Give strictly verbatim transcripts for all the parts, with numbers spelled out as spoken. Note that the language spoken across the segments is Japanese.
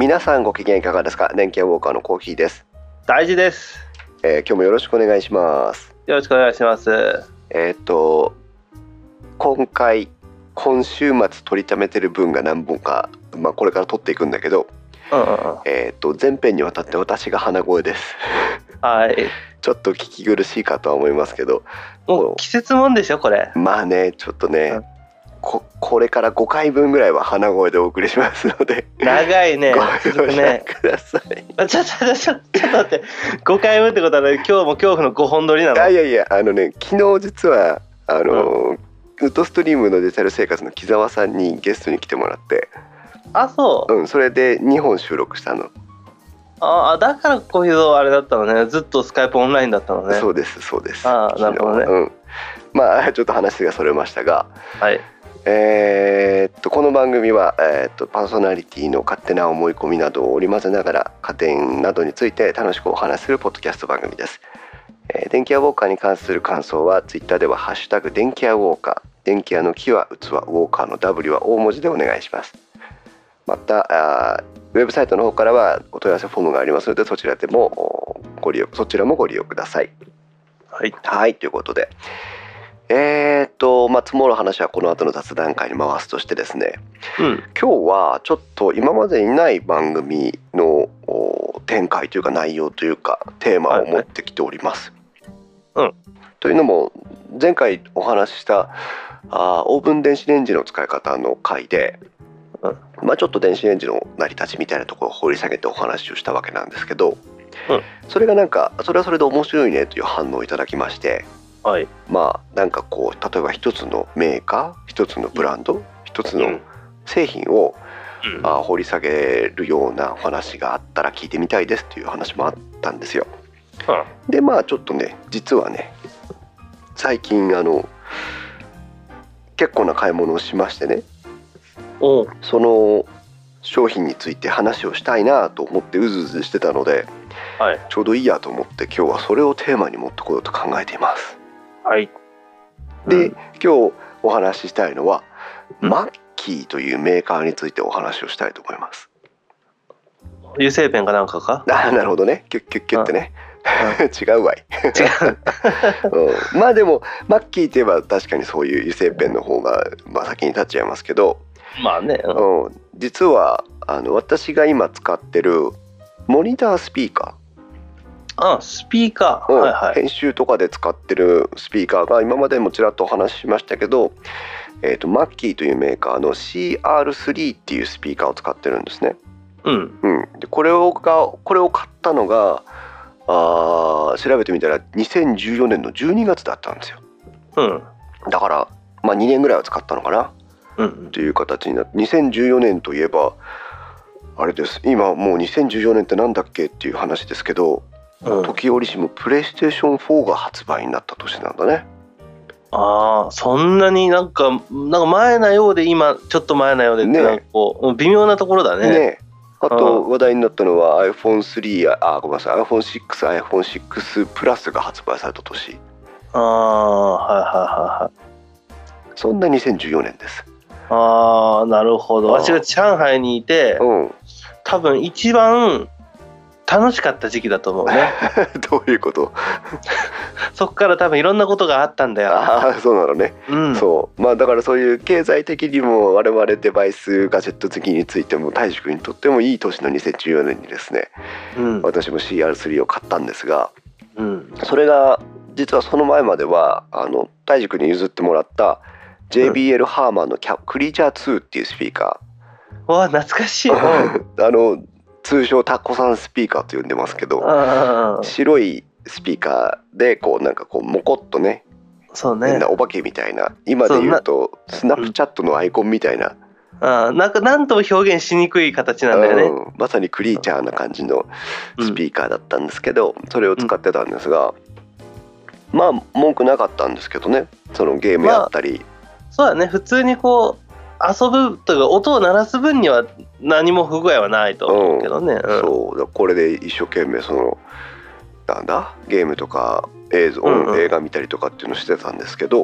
皆さんご機嫌いかがですか。電気屋ウォーカーのコーヒーです。 大事です、 えー、今日もよろしくお願いします。 よろしくお願いします。 えっ、ー、と今回今週末取りためてる分が何本か、まあ、これから取っていくんだけど、 うんうんうん、 えっ、ー、と前編にわたって私が鼻声ですはいちょっと聞き苦しいかとは思いますけど、 もう季節もんでしょこれ。 まあね、ちょっとね、 うん、 こ, これからごかいぶんぐらいは鼻声でお送りしますので長いねご容赦ください。 あちょちょちょちょちょっと待って、ごかいぶんってことは、ね、今日も恐怖のごほん撮りなの。 いやいや、あのね、昨日実はあの、うん、ウッドストリームのデジタル生活の木澤さんにゲストに来てもらって、 あ、そう、 うん、それでにほん収録したの。 あ、だからこういうあれだったのね。ずっとスカイプオンラインだったのね。 そうですそうです。 あ、なるほどね、 うん、まあちょっと話がそれましたが、 はい、 えー、っとこの番組は、えー、っとパーソナリティの勝手な思い込みなどを織り交ぜながら家電などについて楽しくお話しするポッドキャスト番組です。えー、電気屋ウォーカーに関する感想はツイッターではハッシュタグ電気屋ウォーカー、電気屋の木は器、ウォーカーの W は大文字でお願いします。またあウェブサイトの方からはお問い合わせフォームがありますので、そちらでもご利用そちらもご利用ください。 はい、 はい、ということで、えーっとまあ積もる話はこの後の雑談会に回すとしてですね、 うん、 今日はちょっと今までにない番組の展開というか内容というかテーマを持ってきております。 はいはい、うん、 というのも前回お話ししたあオーブン電子レンジの使い方の回で、うん、まあ、ちょっと電子レンジの成り立ちみたいなところを掘り下げてお話をしたわけなんですけど、うん、それがなんかそれはそれで面白いねという反応をいただきまして、はい、まあなんかこう例えば一つのメーカー、一つのブランド、うん、一つの製品を、うん、あ掘り下げるようなお話があったら聞いてみたいですという話もあったんですよ。うん、でまあちょっとね、実はね最近あの結構な買い物をしましてね、おその商品について話をしたいなと思ってうずうずしてたので、はい、ちょうどいいやと思って今日はそれをテーマに持ってこようと考えています。はい、で、うん、今日お話ししたいのは、うん、マッキーというメーカーについてお話をしたいと思います。 油性ペンかなんかか。 あ、なるほどね、キュッキュッキュッってね、うん、違うわい違う、 うん、まあでもマッキーといえば確かにそういう油性ペンの方が、まあ、先に立っちゃいますけど、 まあね、 うん、実はあの私が今使ってるモニタースピーカー、あ、スピーカー、 うん、 はいはい、 編集とかで使ってるスピーカーが今までもちらっとお話ししましたけど、えーと、マッキーというメーカーの シーアールスリー っていうスピーカーを使ってるんですね。うんうん、でこれをがこれを買ったのがあ調べてみたらにせんじゅうよねんのじゅうにがつだったんですよ。うん、だから、まあ、にねんぐらいは使ったのかな、うんうん、という形になって、にせんじゅうよねんといえばあれです、今もうにせんじゅうよねんってなんだっけっていう話ですけど、うん、時折しもプレイステーションフォーが発売になった年なんだね。 ああ、そんなになんかなんか前なようで今ちょっと前なようでってなんかこう、ね、微妙なところだね。ね、 あと話題になったのは アイフォンスリー、あ、ごめんなさい、アイフォンシックス、アイフォンシックス プラスが発売された年。 ああ、はいはいはいはい。 そんなにせんじゅうよねんです。 ああ、なるほど。私が上海にいて、うん、多分一番楽しかった時期だと思うねどういうこと？ そっから多分いろんなことがあったんだよ。 ああ、そうなのね、うん、そうまあだからそういう経済的にも我々デバイスガジェット好きについても大志くんにとってもいい年のにせんじゅうよねんにですね、うん、私も シーアールスリー を買ったんですが、うん、それが実はその前まではあの大志くんに譲ってもらった ジェイビーエル ハーマンのキャクリーチャーツーっていうスピーカー、わあ懐かしいあの通称タコさんスピーカーと呼んでますけど、白いスピーカーでこうなんかこうモコっとね、 そうね、 変なお化けみたいな、今で言うとスナップチャットのアイコンみたいな、 あ、なんか何とも表現しにくい形なんだよね、 うん、まさにクリーチャーな感じのスピーカーだったんですけど、それを使ってたんですが、まあ文句なかったんですけどね、そのゲームやったり、 まあ、そうだね、普通にこう遊ぶというか音を鳴らす分には何も不具合はないと思うけどね、 うんうん、そうだ、これで一生懸命そのなんだゲームとか映像、うんうん、映画見たりとかっていうのをしてたんですけど、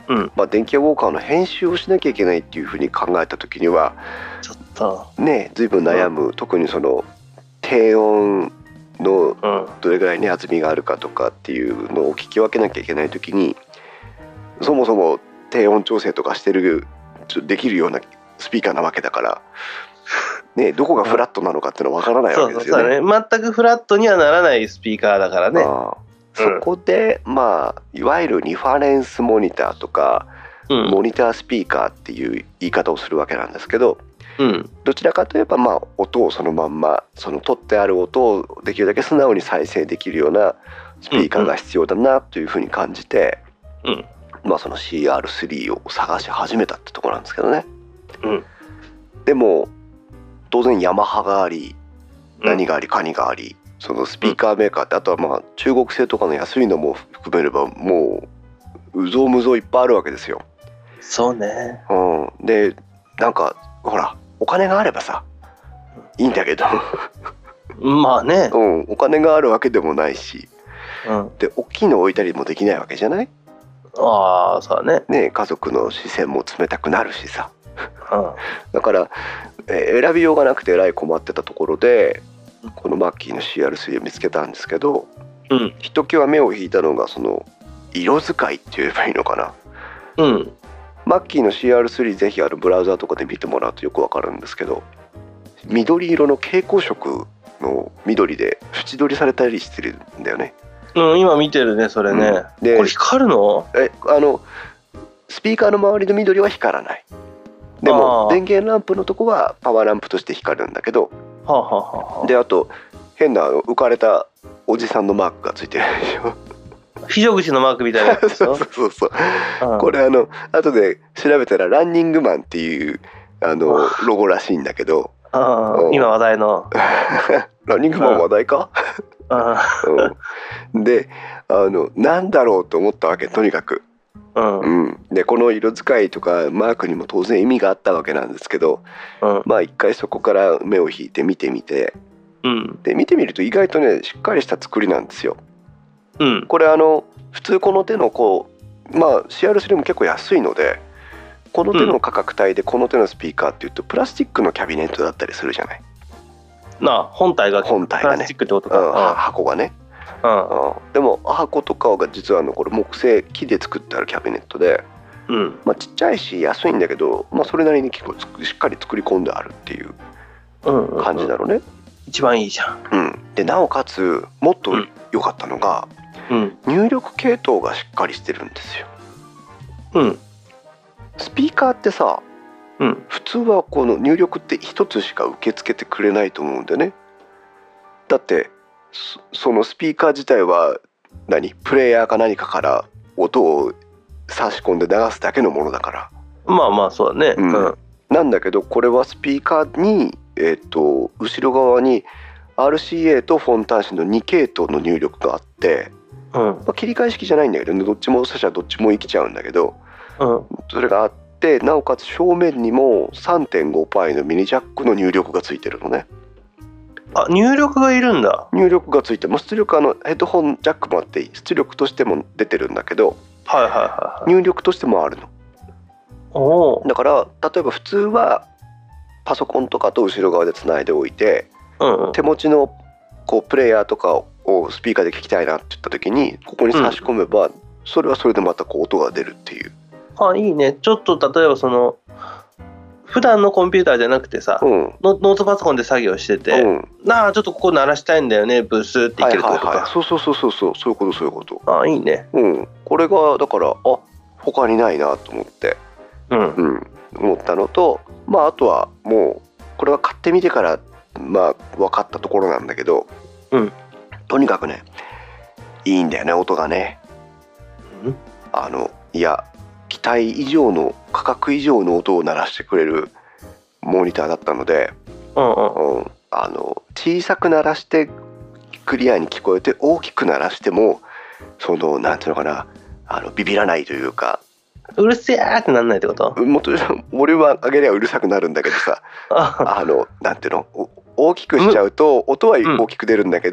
うんまあ、電気屋ウォーカーの編集をしなきゃいけないっていうふうに考えた時にはちょっとね随分悩む、うん、特にその低音のどれぐらいね厚みがあるかとかっていうのを聞き分けなきゃいけない時にそもそも低音調整とかしてるできるようなスピーカーなわけだからね、どこがフラットなのかっていうのは分からないわけですよね。 そうそうそうね、全くフラットにはならないスピーカーだからね。 あそこで、うん、まあいわゆるリファレンスモニターとか、うん、モニタースピーカーっていう言い方をするわけなんですけど、うん、どちらかといえばまあ音をそのまんまその取ってある音をできるだけ素直に再生できるようなスピーカーが必要だなというふうに感じて、うんうん、まあその シーアールスリー を探し始めたってところなんですけどね。うん、でも当然ヤマハがあり何がありカニがあり、そのスピーカーメーカーってあとはまあ中国製とかの安いのも含めればもううぞうむぞういっぱいあるわけですよ。 そうね、 うん、でなんかほらお金があればさいいんだけどまあね、 うん、お金があるわけでもないし、うん、で大きいの置いたりもできないわけじゃない。 ああそうだね。 ね家族の視線も冷たくなるしさ、うん、だからえ選びようがなくてえらい困ってたところでこのマッキーの シーアールスリー を見つけたんですけど、うん、ひときわ目を引いたのがその色使いって言えばいいのかな、うん、マッキーの シーアールスリー ぜひあるブラウザとかで見てもらうとよくわかるんですけど緑色の蛍光色の緑で縁取りされたりしてるんだよね。 うん、今見てるねそれね、うん、でこれ光るの？ えあのスピーカーの周りの緑は光らない。でも電源ランプのとこはパワーランプとして光るんだけど、はあはあはあ、であと変な浮かれたおじさんのマークがついてるでしょ。 非常口のマークみたいなやつでしょ。 そうそうそう、うん、これあの後で調べたらランニングマンっていうあのロゴらしいんだけど、 うん、今話題のランニングマン話題か、うん、であのなんだろうと思ったわけとにかく。うんうん、でこの色使いとかマークにも当然意味があったわけなんですけど、うん、まあ一回そこから目を引いて見てみて、うん、で見てみると意外とねしっかりした作りなんですよ。うん、これあの普通この手のこうまあ シーアールスリー も結構安いのでこの手の価格帯でこの手のスピーカーっていうとプラスチックのキャビネットだったりするじゃない。 なあ本体が本体がね、 プラスチックってことか、 うん、箱がね。うんうん、でも箱とかが実はあのこれ木製木で作ってあるキャビネットで、うんまあ、ちっちゃいし安いんだけど、まあ、それなりに結構しっかり作り込んであるっていう感じなのね、うんうんうん、 一番いいじゃん、 うん、でなおかつもっと良かったのが、うん、入力系統がしっかりしてるんですよ、うん、スピーカーってさ、うん、普通はこの入力って一つしか受け付けてくれないと思うんだよね。だってそのスピーカー自体は何プレイヤーか何かから音を差し込んで流すだけのものだから。 まあまあそうだね、うんうん、 なんだけどこれはスピーカーに、えー、と後ろ側に アールシーエー とフォンターシのに系統の入力があって、うんまあ、切り替え式じゃないんだけど、ね、どっちも差しはどっちも生きちゃうんだけど、うん、それがあってなおかつ正面にも さんてんごパイ のミニジャックの入力がついてるのね。 あ、入力がいるんだ。 入力がついて、もう出力あのヘッドホンジャックもあって出力としても出てるんだけど、 はいはいはいはい、 入力としてもあるの。おだから例えば普通はパソコンとかと後ろ側でつないでおいて、うんうん、手持ちのこうプレイヤーとかをスピーカーで聞きたいなって言った時にここに差し込めば、うん、それはそれでまたこう音が出るっていう。 あ、いいね。ちょっと例えばその普段のコンピューターじゃなくてさ、うん、ノートパソコンで作業してて、うん、なあちょっとここ鳴らしたいんだよねブスっていけるってことか、はいはいはい、 そうそうそうそうそうそういうことそういうこと。 あ、いいね。 うん、これがだからあ他にないなと思って、うんうん、思ったのと、まああとはもうこれは買ってみてからまあ分かったところなんだけど、うん、とにかくねいいんだよね音がね、うん、あのいや期待以上の価格以上の音を鳴らしてくれるモニターだったので、うんうんうん、あの小さく鳴らしてクリアに聞こえて大きく鳴らしてもそのなんていうのかなあのビビらないというか、 うるせーってなんないってこと？ もっとボリューム上げりゃうるさくなるんだけどさあのなんていうの大きくしちゃうと音は大きく出るんだけど、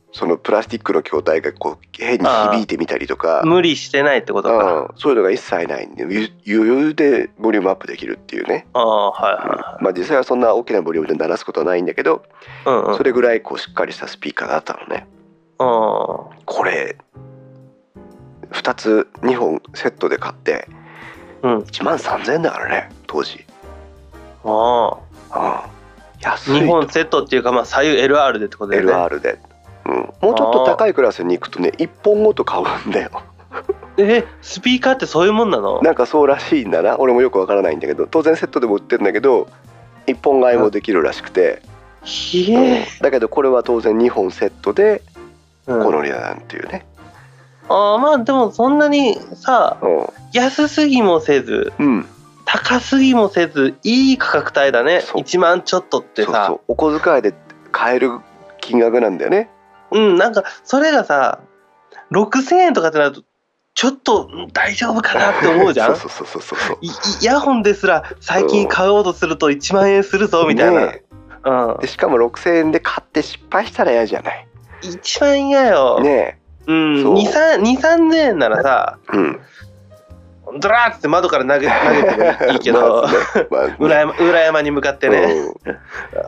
そのプラスチックの筐体がこう変に響いてみたりとか、 無理してないってことか、 うん、そういうのが一切ないんで余裕でボリュームアップできるっていうね。 あ、はいはいはい、 まあ実際はそんな大きなボリュームで鳴らすことはないんだけど、うんうん、それぐらいこうしっかりしたスピーカーだったのね。あ、これふたつにほんセットで買っていちまんさんぜんえんだからね当時。ああ、安い。にほんセットっていうか、まあ左右 エルアール でってことだよね。 エルアール で、うん、もうちょっと高いクラスに行くとねいっぽんごと買うんだよ。 え、スピーカーってそういうもんなの？ なんかそうらしいんだな。俺もよくわからないんだけど、当然セットでも売ってるんだけどいっぽん買いもできるらしくて、 ひえ、 うん、だけどこれは当然にほんセットでこの値段っていうね、 うん、ああ、まあでもそんなにさ、うん、安すぎもせず、うん、高すぎもせずいい価格帯だね。いちまんちょっとってさ、そうそう、 お小遣いで買える金額なんだよね。 うん、なんかそれがさろくせんえんとかってなるとちょっと大丈夫かなって思うじゃん。そうそうそうそうそう。イヤホンですら最近買おうとするといちまんえんするぞみたいな、ね、 うん、でしかもろくせんえんで買って失敗したら嫌じゃない。 一番嫌よねえ、うん、にさんぜんえんならさ、うん、ドラーって窓から投げ、投げてもいいけど、ね、まあね、裏山、裏山に向かってね、うん、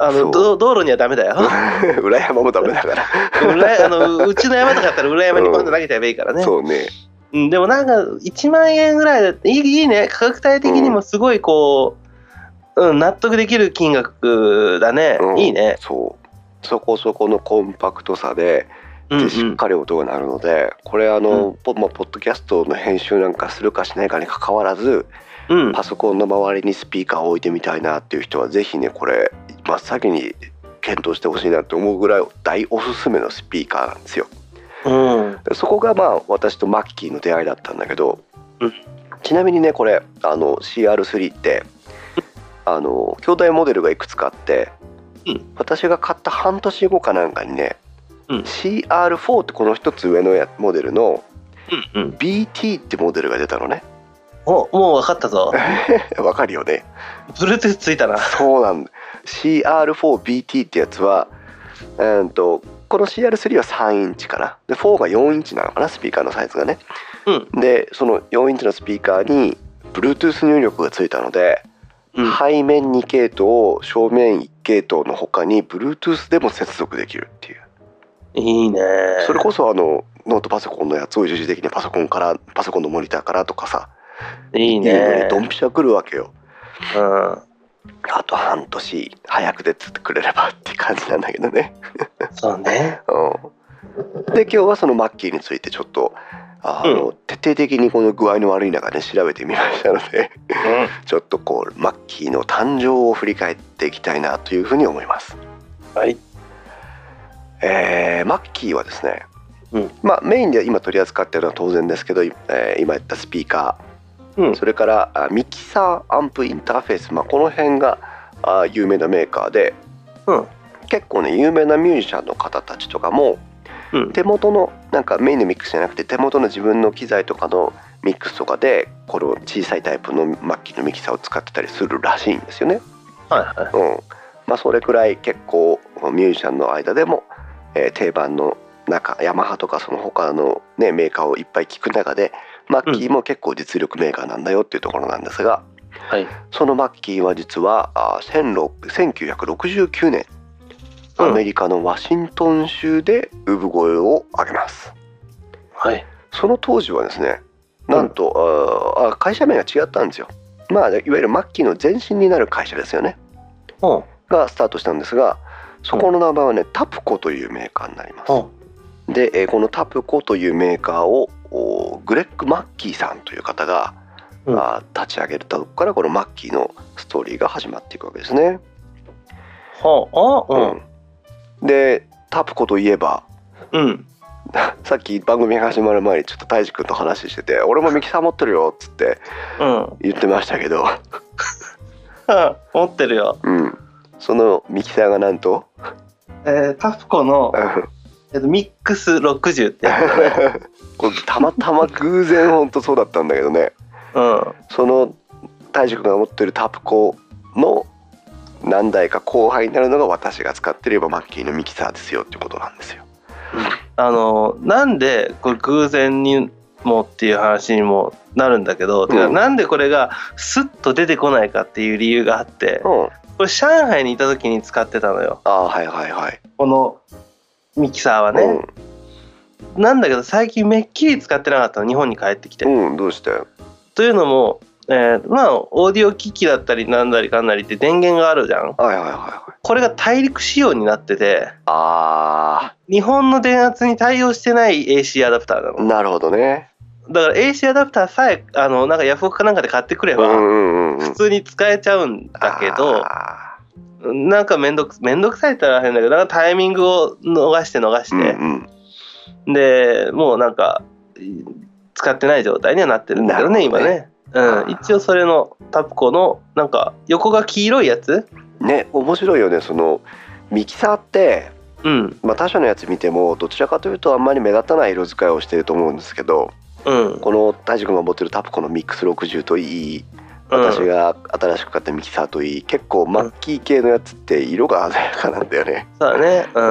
あの道路にはダメだよ。 裏山もダメだから裏あのうちの山とかだったら裏山にポンと投げちゃえばいいからね、うん、 そうね、 うん、でもなんかいちまんえんぐらいでいい、いいね、価格帯的にもすごいこう、うん、納得できる金額だね、うん、いいね。 そうそこそこのコンパクトさででしっかり音が鳴るので、うんうん、これあの、うんポまあ、ポッドキャストの編集なんかするかしないかにかかわらず、うん、パソコンの周りにスピーカーを置いてみたいなっていう人はぜひねこれ真っ先に検討してほしいなって思うぐらい大おすすめのスピーカーなんですよ、うん、そこがまあ私とマッキーの出会いだったんだけど、うん、ちなみにねこれあの シーアールスリー ってあの兄弟モデルがいくつかあって、うん、私が買った半年後かなんかにねうん、シーアールフォー ってこの一つ上のやモデルの ビーティー ってモデルが出たのね。 お、もう分かったぞ。 分かるよね。 Bluetooth ついたな。 そうなんだ。 シーアールフォービーティー ってやつは、えー、とこの シーアールスリー はさんインチかなでフォーがよんインチなのかな、スピーカーのサイズがね、うん、でそのよんインチのスピーカーに Bluetooth 入力がついたので、うん、背面に系統正面いち系統の他に Bluetooth でも接続できるっていう。 いいね。 それこそあのノートパソコンのやつを一時的にパソコンからパソコンのモニターからとかさ、 いいね、 ドンピシャ来るわけよ、うん、あと半年早く出てくれればって感じなんだけどね。 そうね、 うん、で今日はそのマッキーについてちょっとあの、うん、徹底的にこの具合の悪い中で調べてみましたので、うん、ちょっとこうマッキーの誕生を振り返っていきたいなというふうに思います。 はい。 えー、マッキーはですね、うん、まあメインで今取り扱っているのは当然ですけど、えー、今言ったスピーカー、うん、それからミキサーアンプインターフェース、まあ、この辺があ有名なメーカーで、うん、結構ね有名なミュージシャンの方たちとかも、うん、手元のなんかメインのミックスじゃなくて手元の自分の機材とかのミックスとかでこの小さいタイプのマッキーのミキサーを使ってたりするらしいんですよね。はいはい、うん、まあそれくらい結構ミュージシャンの間でもえー、定番の中ヤマハとかその他の、ね、メーカーをいっぱい聞く中でマッキーも結構実力メーカーなんだよっていうところなんですが、うん、はい、そのマッキーは実はあせんきゅうひゃくろくじゅうきゅうねん、アメリカのワシントン州で産声を上げます、はい、その当時はですねなんと、うん、あ会社名が違ったんですよ。まあいわゆるマッキーの前身になる会社ですよね、うん、がスタートしたんですがそこの名前はね、うん、タプコというメーカーになります、うん、で、えー、このタプコというメーカーをグレッグ・マッキーさんという方が、うん、あ立ち上げたとこからこのマッキーのストーリーが始まっていくわけですね。はあ、うんうん、でタプコといえば、うん、さっき番組が始まる前にちょっとタイジ君と話してて俺もミキサー持ってるよっつって言ってましたけど、 うん、持ってるよ、 うん、そのミキサーがなんと、 えー、タプコの、えっと、ミックスろくじゅうってやつだね。 これたまたま偶然本当そうだったんだけどね、うん、その大樹君が持ってるタプコの何台か後輩になるのが私が使っていればマッキーのミキサーですよっていうことなんですよ。 あのなんでこれ偶然にもっていう話にもなるんだけど、うん、てかなんでこれがスッと出てこないかっていう理由があって、うん、これ上海にいた時に使ってたのよ。 あ、はいはいはい。 このミキサーはね、うん、なんだけど最近めっきり使ってなかったの、日本に帰ってきて。 うん、どうして？ というのも、えー、まあオーディオ機器だったりなんだりかんだりって電源があるじゃん。 はいはいはいはい。 これが大陸仕様になってて、 あー、日本の電圧に対応してない エーシー アダプターなの。 なるほどね。 だから エーシー アダプターさえあのなんかヤフオクかなんかで買ってくれば普通に使えちゃうんだけど、なんかめんどくめんどくさいって言ったら変だけど、なんかタイミングを逃して逃して、うんうん、でもうなんか使ってない状態にはなってるんだけどね、今ね。うん、一応それのタプコのなんか横が黄色いやつね、面白いよね。そのミキサーって、 うんまあ、他社のやつ見てもどちらかというとあんまり目立たない色使いをしてると思うんですけど、 うん、 この大地君が持ってるタプコのミックスろくじゅうといい、私が新しく買ったミキサーといい、結構マッキー系のやつって色が鮮やかなんだよね。 そうだね、うん、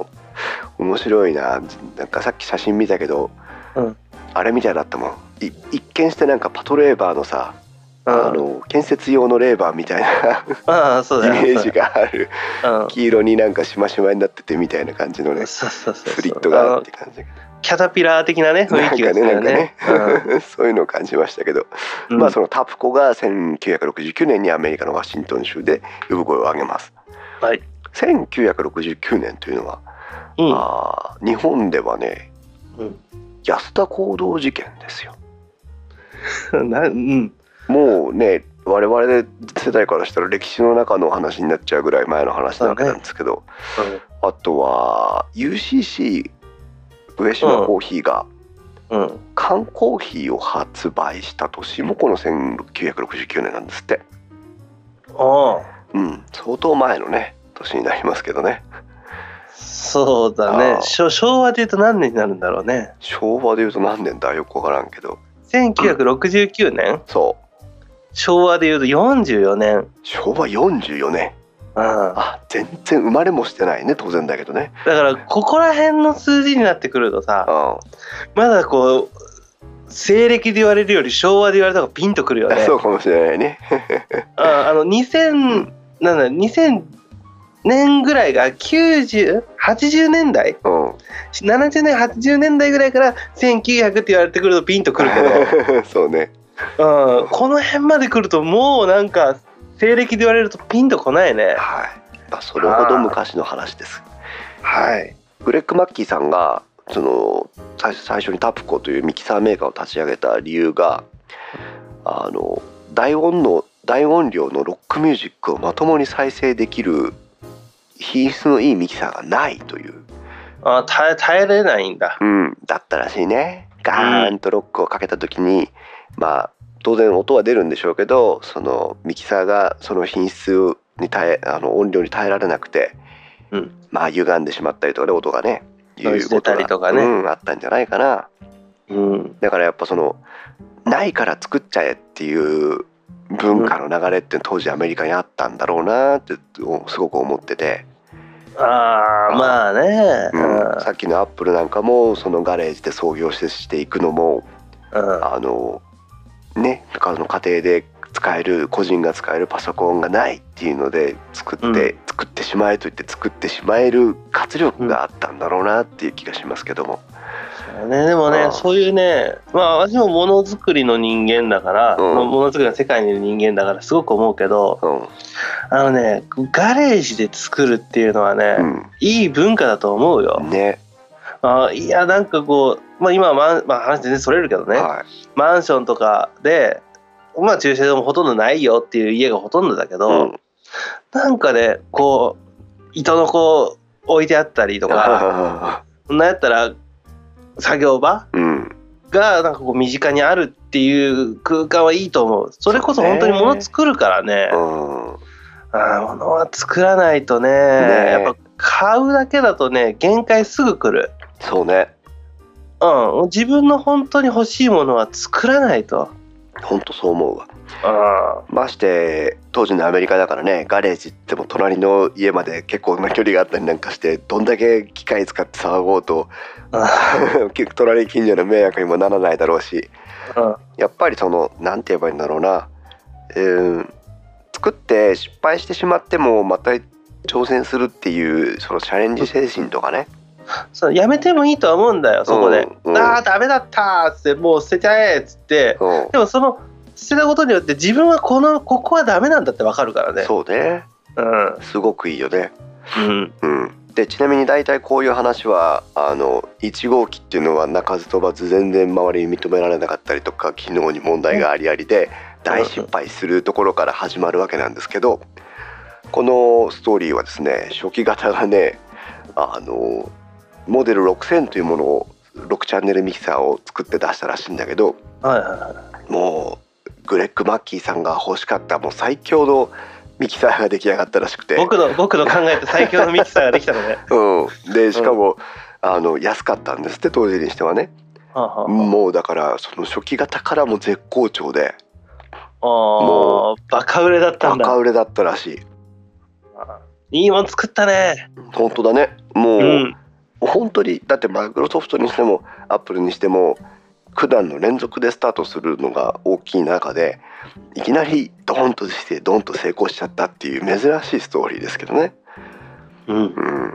面白いな。なんかさっき写真見たけど、うん、あれみたいだったもん。い一見してなんかパトレーバーのさ、うん、あの建設用のレーバーみたいなああそうだ、ね、 イメージがある、うん、黄色になんかしましまになっててみたいな感じのね、スリットがあるって感じ。 キャタピラー的なね雰囲気がするよね。 そういうのを感じましたけど、うん、まあそのタプコがせんきゅうひゃくろくじゅうきゅうねんにアメリカのワシントン州で呼ぶ声を上げます。 はい。 せんきゅうひゃくろくじゅうきゅうねんというのは、うん、あ日本ではね、うん、安田講堂事件ですよ。 な、うん、 もうね我々で世代からしたら歴史の中の話になっちゃうぐらい前の話なわけなんですけど、ねうん、あとは ユーシーシー上島コーヒーが缶コーヒーを発売した年もこのせんきゅうひゃくろくじゅうきゅうねんなんですって。 ああ、 うん、相当前のね年になりますけどね。 そうだね。昭和でいうと何年になるんだろうね。 昭和でいうと何年だよくわからんけど。 せんきゅうひゃくろくじゅうきゅうねん、うん、 そう。 昭和でいうとよんじゅうよねん。 昭和よんじゅうよねん。 うん、 あ全然生まれもしてないね、当然だけどね。 だからここら辺の数字になってくるとさ、うん、まだこう西暦で言われるより昭和で言われた方がピンとくるよね。 そうかもしれないね。 ああのにせんなんだにせんねんぐらいがきゅうじゅう、はちじゅうねんだい、うん、ななじゅうねんはちじゅうねんだいぐらいからせんきゅうひゃくって言われてくるとピンとくるけどそうね、 うん、この辺まで来るともうなんか西暦で言われるとピンとこないね。 はい、まあ、それほど昔の話です。 はい。 グレッグ・マッキーさんがその最初にタプコというミキサーメーカーを立ち上げた理由が、あの大音の大音量のロックミュージックをまともに再生できる品質のいいミキサーがないという。 あ、耐え、耐えれないんだ。 うん、だったらしいね。ガーンとロックをかけた時に、うん、まあ当然音は出るんでしょうけど、そのミキサーがその品質に耐えあの音量に耐えられなくて、うん、まあ歪んでしまったりとかで音がねいうことが、とかね、 うん、あったんじゃないかな。 うん、 だからやっぱそのないから作っちゃえっていう文化の流れって当時アメリカにあったんだろうなってすごく思ってて。 ああまあね、 うん、さっきのアップルなんかもそのガレージで創業してしていくのも、うん、あのね家庭で使える個人が使えるパソコンがないっていうので作って、うん、作ってしまえと言って作ってしまえる活力があったんだろうなっていう気がしますけども。 そうね、でもね、そういうね、まあ私もものづくりの人間だから、うん、ものづくりの世界にいる人間だからすごく思うけど、うん、あのねガレージで作るっていうのはね、うん、いい文化だと思うよ。 ね。 あいやなんかこう、まあ、今は、ままあ、話全然それるけどね、はい、マンションとかで、まあ、駐車場もほとんどないよっていう家がほとんどだけど、うん、なんかねこう糸のこう置いてあったりとかそんなやったら作業場、うん、がなんかこう身近にあるっていう空間はいいと思う。それこそ本当に物作るからね、うん、あ物は作らないと ね, ねやっぱ買うだけだとね限界すぐ来る。 そうね、 うん、自分の本当に欲しいものは作らないと。 ほんとそう思うわ。あまして当時のアメリカだからね、ガレージっても隣の家まで結構な距離があったりなんかして、どんだけ機械使って騒ごうと隣近所の迷惑にもならないだろうし、やっぱりそのなんて言えばいいんだろうな、えー、作って失敗してしまってもまた挑戦するっていうそのチャレンジ精神とかね、 そうやめてもいいとは思うんだよそこで、うんうん、ああダメだったっつってもう捨てちゃえっつって、うん、でもその捨てたことによって自分はこのここはダメなんだってわかるからね。 そうね、うん、すごくいいよね。うんうん、でちなみに大体こういう話はあのいち号機っていうのは鳴かず飛ばず全然周りに認められなかったりとか機能に問題がありありで大失敗するところから始まるわけなんですけど、このストーリーはですね、初期型がねあのモデルろくせんというものをろくチャンネルミキサーを作って出したらしいんだけど、はいはいはい、もうグレッグ・マッキーさんが欲しかったもう最強のミキサーが出来上がったらしくて、 僕の僕の考えた最強のミキサーができたのねうん、でしかも、うん、あの安かったんですって当時にしてはね、はあはあ、もうだからその初期型からも絶好調で、 あもうバカ売れだったんだ。 バカ売れだったらしい。いいもん作ったね。 本当だね。もう、うん、本当にだってマイクロソフトにしてもアップルにしても苦難の連続でスタートするのが大きい中でいきなりドーンとしてドーンと成功しちゃったっていう珍しいストーリーですけどね。うんうん、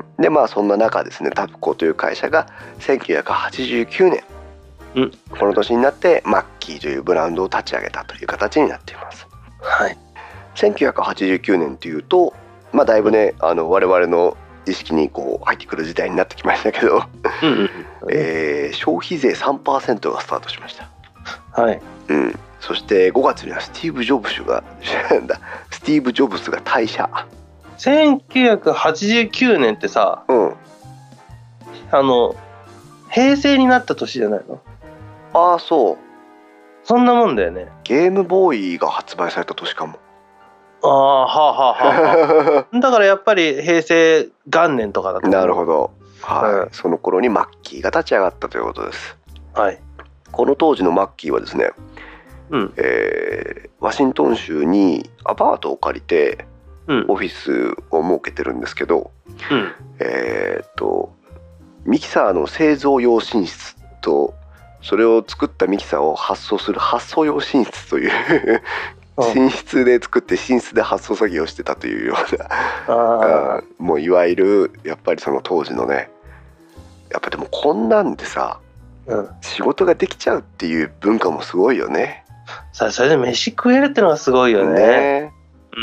でまあそんな中ですね、タプコという会社がせんきゅうひゃくはちじゅうきゅうねん、うん、この年になってマッキーというブランドを立ち上げたという形になっています。はい、せんきゅうひゃくはちじゅうきゅうねんというと、まあ、だいぶねあの我々の意識にこう入ってくる時代になってきましたけど、うんうんえー、消費税 さんパーセント がスタートしました。はい、うん、そしてごがつにはスティーブ・ジョブスがスティーブ・ジョブスが退社。 せんきゅうひゃくはちじゅうきゅうねんってさ、うん、あの平成になった年じゃないの？ ああそう、 そんなもんだよね。 ゲームボーイが発売された年かも。 ああはあはあはあだからやっぱり平成元年とかだと思う。 なるほど、はい、うん、その頃にマッキーが立ち上がったということです。はい、この当時のマッキーはですね、うんえー、ワシントン州にアパートを借りてオフィスを設けてるんですけど、うん、えー、っとミキサーの製造用寝室とそれを作ったミキサーを発送する発送用寝室という寝室で作って寝室で発送作業をしてたというようなあもういわゆるやっぱりその当時のね、やっぱでもこんなんでさ、うん、仕事ができちゃうっていう文化もすごいよね。 さあそれで飯食えるってのがすごいよね。ね、うん、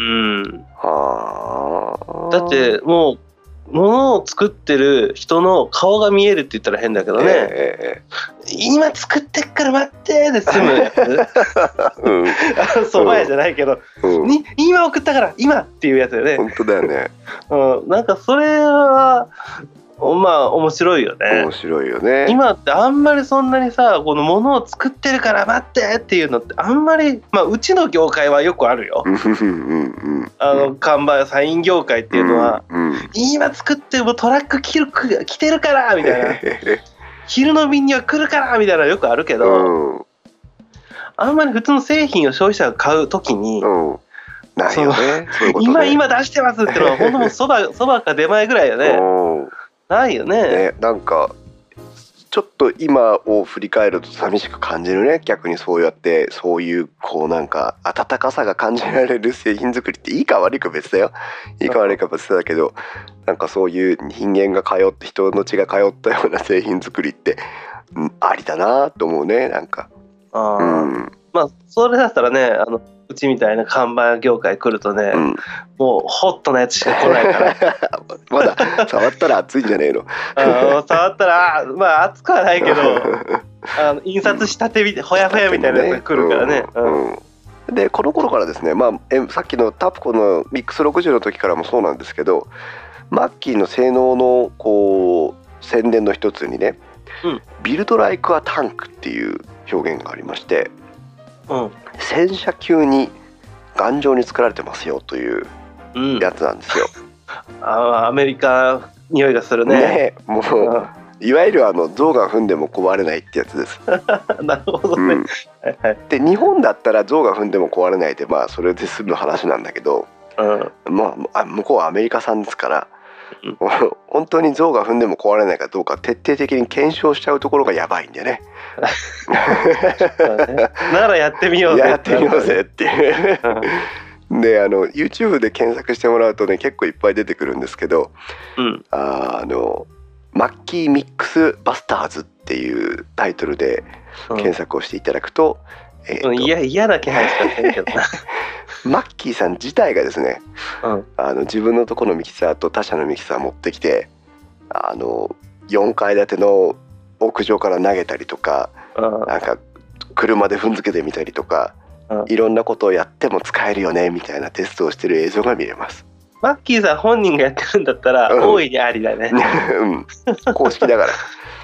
はあ。だってもう物を作ってる人の顔が見えるって言ったら変だけどね、えー、今作ってっから待ってで済むやつ、うん、蕎麦屋じゃないけど、うん、に今送ったから今っていうやつだよね。 本当だよね、 うん、なんかそれはまあ面白いよね。 面白いよね。 今ってあんまりそんなにさこの物を作ってるから待ってっていうのってあんまり、まあうちの業界はよくあるよあの看板サイン業界っていうのは、うんうん、今作ってもトラック来る来てるからみたいな昼の便には来るからみたいなのよくあるけど、うん、あんまり普通の製品を消費者が買うときに、うんないよね、そういうことね、 今今出してますっていうのは本当もうそばそばか出前ぐらいよね。ないよ ね, ねなんかちょっと今を振り返ると寂しく感じるね。逆にそうやってそういうこうなんか温かさが感じられる製品作りっていいか悪いか別だよ。いいか悪いか別だけど、なんかそういう人間が通って人の血が通ったような製品作りって、うん、ありだなと思うね。なんかあ、 うん、まあそれだったらねあのうちみたいな看板業界来るとね、うん、もうホットなやつしか来ないからまだ触ったら熱いんじゃねえのあ触ったらまあ熱くはないけどあの印刷したてみてほやほやみたいなやつが来るからね、うんうん、でこの頃からですね、まあ、えさっきのタプコのミックスろくじゅうの時からもそうなんですけど、マッキーの性能のこう宣伝の一つにね、うん、ビルドライクアタンクっていう表現がありまして、うん、戦車級に頑丈に作られてますよというやつなんですよ、 うん、あアメリカ匂いがするね。 ねもう、うん、 いわゆるあの象が踏んでも壊れないってやつです。 なるほどね、うん、 で日本だったら象が踏んでも壊れないで、まあそれで済む話なんだけど、うん、まあ向こうはアメリカ産ですから、うん、本当に象が踏んでも壊れないかどうか徹底的に検証しちゃうところがやばいんでね。 ならやってみようぜやってみようぜっていうであの YouTube で検索してもらうとね結構いっぱい出てくるんですけど、うん、あのマッキーミックスバスターズっていうタイトルで検索をしていただくと、 うんえー、といや嫌な気配しかせんけどなマッキーさん自体がですね、うん、あの自分のところのミキサーと他社のミキサー持ってきてあのよんかい建ての屋上から投げたりとか、うん、なんか車で踏んづけてみたりとか、うん、いろんなことをやっても使えるよねみたいなテストをしてる映像が見れます。 マッキーさん本人がやってるんだったら大いにありだね、 うん、公式だから、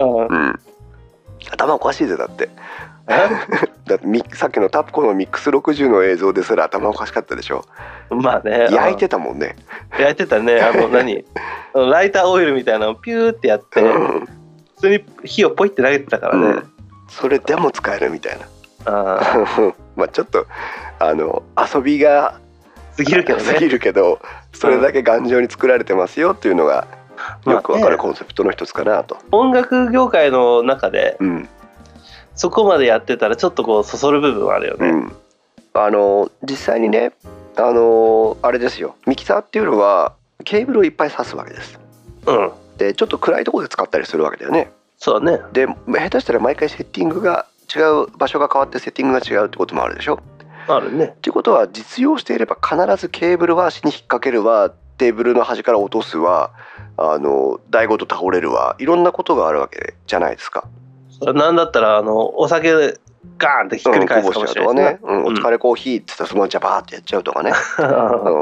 うんうん、頭おかしいぜだってだってさっきのタプコのミックスろくじゅうの映像ですら頭おかしかったでしょ。 まあね焼いてたもんね。 焼いてたね。あの何ライターオイルみたいなのをピューってやって、うん、普通に火をポイって投げてたからね、うん、 それでも使えるみたいな。あまあちょっとあの遊びが過ぎるけどね。 過ぎるけどそれだけ頑丈に作られてますよっていうのがよくわかるコンセプトの一つかなと、まあね、 音楽業界の中で、うん、そこまでやってたらちょっとこうそそる部分はあるよね、うん、 あの実際にねあのあれですよミキサーっていうのはケーブルをいっぱい挿すわけです、うん、でちょっと暗いところで使ったりするわけだよね。 そうだね。 で下手したら毎回セッティングが違う場所が変わってセッティングが違うってこともあるでしょ。 あるね。 ということは実用していれば必ずケーブルは足に引っ掛けるわテーブルの端から落とすわあの台ごと倒れるわいろんなことがあるわけじゃないですか。 なんだったらあのお酒ガーンってひっくり返すかもしれないですね、 うん、お疲れコーヒーって言ったらそのままジャバーってやっちゃうとかね、うん、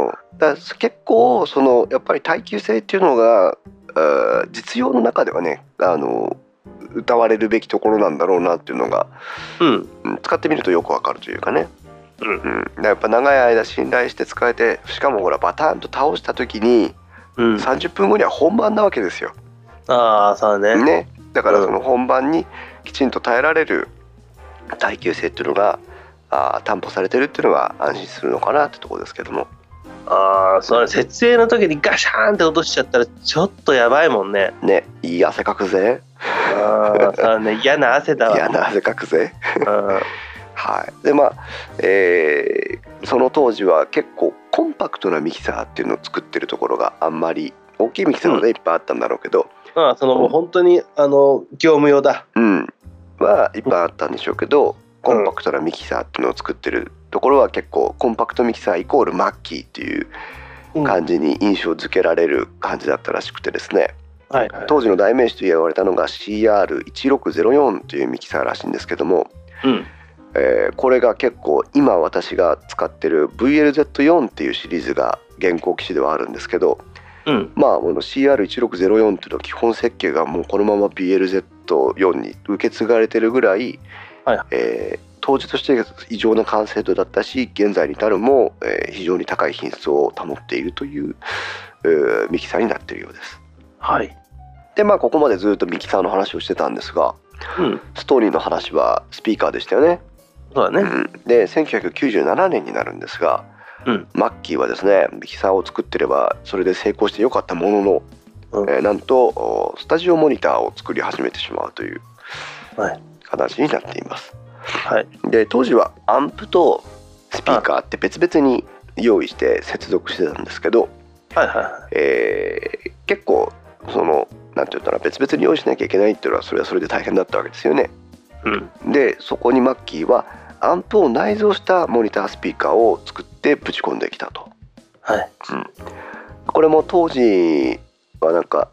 だから結構そのやっぱり耐久性っていうのが実用の中ではねあの謳われるべきところなんだろうなっていうのが、うん、使ってみるとよくわかるというかね、うんうん、やっぱ長い間信頼して使えてしかもほらバターンと倒した時に、うん、さんじゅっぷんごには本番なわけですよ。 ああそうね。 ねだからその本番にきちんと耐えられる耐久性っていうのがあ担保されてるっていうのは安心するのかなってところですけども。 ああそうね設営の時にガシャーンって落としちゃったらちょっとやばいもんね。 ねいい汗かくぜ。 ああそうね嫌な汗だわ。 嫌な汗かくぜ。はい、でまあ、えー、その当時は結構コンパクトなミキサーっていうのを作ってるところがあんまり大きいミキサーがね、うん、いっぱいあったんだろうけど、 ああそのもう本当にあの業務用だ、 うん、はいっぱいあったんでしょうけど、コンパクトなミキサーっていうのを作ってるところは結構コンパクトミキサーイコールマッキーっていう感じに印象付けられる感じだったらしくてですね、はいはい、当時の代名詞と言われたのが シーアールいちろくゼロよん というミキサーらしいんですけども、うんえー、これが結構今私が使ってる ブイエルゼットよん っていうシリーズが現行機種ではあるんですけど、うん、まあこの シーアールいちろくゼロよん っていうのは基本設計がもうこのまま ビーエルゼットよん に受け継がれてるぐらい、はいえー、当時として異常な完成度だったし現在に至るも、えー、非常に高い品質を保っているという、えー、ミキサーになっているようです。 はい。 でまあここまでずっとミキサーの話をしてたんですが、うん、ストーリーの話はスピーカーでしたよね。 そうだね、 うん、でせんきゅうひゃくきゅうじゅうななねんになるんですが、うん、マッキーはですねミキサーを作ってればそれで成功してよかったものの、うんえー、なんとスタジオモニターを作り始めてしまうという形になっています、はい、で当時はアンプとスピーカーって別々に用意して接続してたんですけど、はいはいえー、結構そのなんて言ったら別々に用意しなきゃいけないっていうのはそれはそれで大変だったわけですよね、うん、でそこにマッキーはアンプを内蔵したモニタースピーカーを作ってぶち込んできたと、はいうん、これも当時はなんか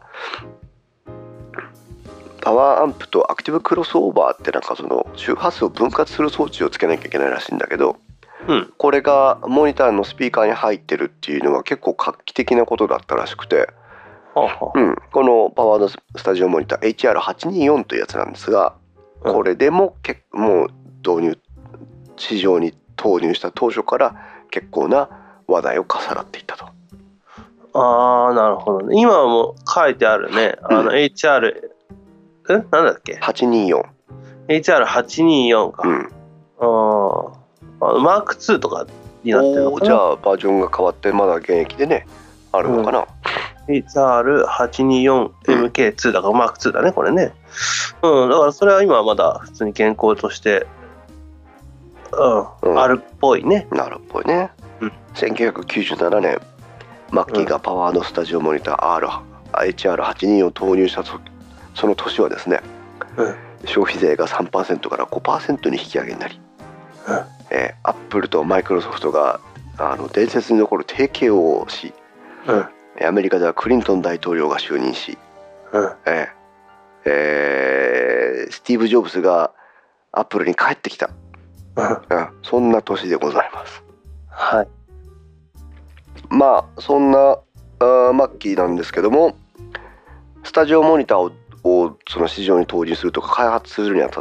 パワーアンプとアクティブクロスオーバーってなんかその周波数を分割する装置をつけなきゃいけないらしいんだけど、うん、これがモニターのスピーカーに入ってるっていうのは結構画期的なことだったらしくて、ははうん、このパワードスタジオモニター エイチアールはちにーよん というやつなんですが、うん、これでも結もう導入市場に投入した当初から結構な話題を重なっていったと。 ああなるほどね。今はもう書いてあるね、うん、あの エイチアールえなんだっけはちにーよん。 エイチアールはちにーよん か。うん。ああ、マークツーとかになってるのかな。 じゃあバージョンが変わってまだ現役でねあるのかな。 うん、エイチアールはちにーよんエムケーツー だからマークツーだねこれね。うん、だからそれは今はまだ普通に健康として、うん、うん、あるっぽいね。 なるっぽいね。うん、せんきゅうひゃくきゅうじゅうななねんマッキーがパワードスタジオモニター Rエイチアールはちにーよん を投入したその年はですね、うん、消費税が さんパーセント から ごパーセント に引き上げになり、うんえー、アップルとマイクロソフトがあの伝説に残る提携をし、うん、アメリカではクリントン大統領が就任し、うんえーえー、スティーブ・ジョブズがアップルに帰ってきた、うんうん、そんな年でございます。 はい。 まあそんなあマッキーなんですけども、スタジオモニターを、をその市場に投入するとか開発するにあたって、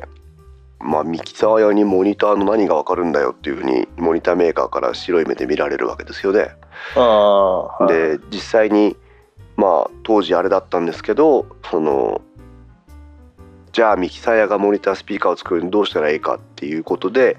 まあ、ミキサー屋にモニターの何が分かるんだよっていうふうにモニターメーカーから白い目で見られるわけですよね。 あで実際にまあ当時あれだったんですけど、そのじゃあミキサー屋がモニタースピーカーを作るにどうしたらいいかっていうことで、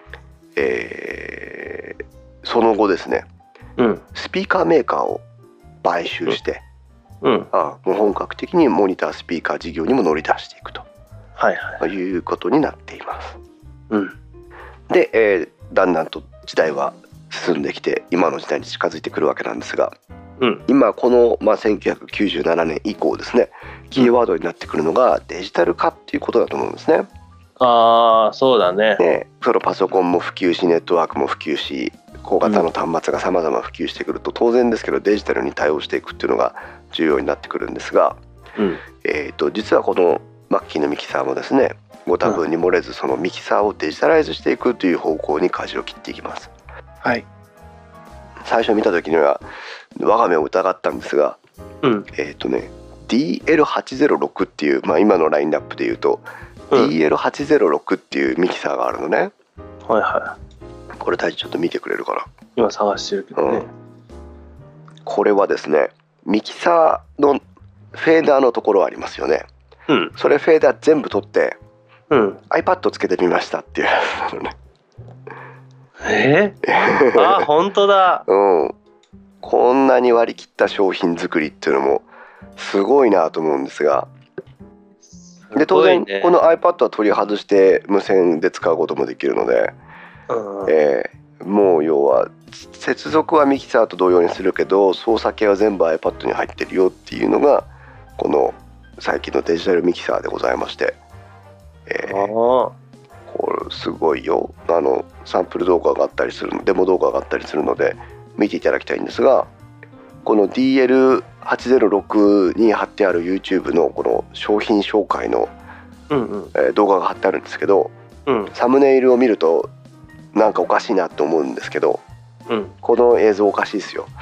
えー、その後ですね、うん、スピーカーメーカーを買収して、うんうん、あもう本格的にモニタースピーカー事業にも乗り出していくと、はいはい、いうことになっています。うん、で、えー、だんだんと時代は進んできて今の時代に近づいてくるわけなんですが、うん、今この、まあ、せんきゅうひゃくきゅうじゅうななねん以降ですね、キーワードになってくるのがデジタル化っていうことだと思うんですね。 ああそうだね。 ね、そのパソコンも普及しネットワークも普及し小型の端末がさまざま普及してくると、当然ですけどデジタルに対応していくっていうのが重要になってくるんですが、うんえー、と実はこのマッキーのミキサーもですね、ご多分に漏れずそのミキサーをデジタライズしていくという方向に舵を切っていきます。 はい。 最初見た時には我が目を疑ったんですが、うん、えっ、ー、とね ディーエルはちぜろろく っていう、まあ、今のラインナップでいうと、うん、ディーエルはちぜろろく っていうミキサーがあるのね。 はいはい。 これ大地ちょっと見てくれるかな。 今探してるけどね、うん、 これはですねミキサーのフェーダーのところありますよね、うん、それフェーダー全部取って、うん、iPad つけてみましたっていうやつなのね。 えー、あ本当だ、 うん、こんなに割り切った商品作りっていうのもすごいなと思うんですが、で当然この iPad は取り外して無線で使うこともできるので、うんえー、もう要は接続はミキサーと同様にするけど操作系は全部 iPad に入ってるよっていうのがこの最近のデジタルミキサーでございまして、えー、これすごいよ。あのサンプル動画があったりするデモ動画があったりするので見ていただきたいんですが、この ディーエルはちぜろろく に貼ってある YouTube のこの商品紹介の、うんうんえー、動画が貼ってあるんですけど、うん、サムネイルを見るとなんかおかしいなと思うんですけど、うん、この映像おかしいですよ。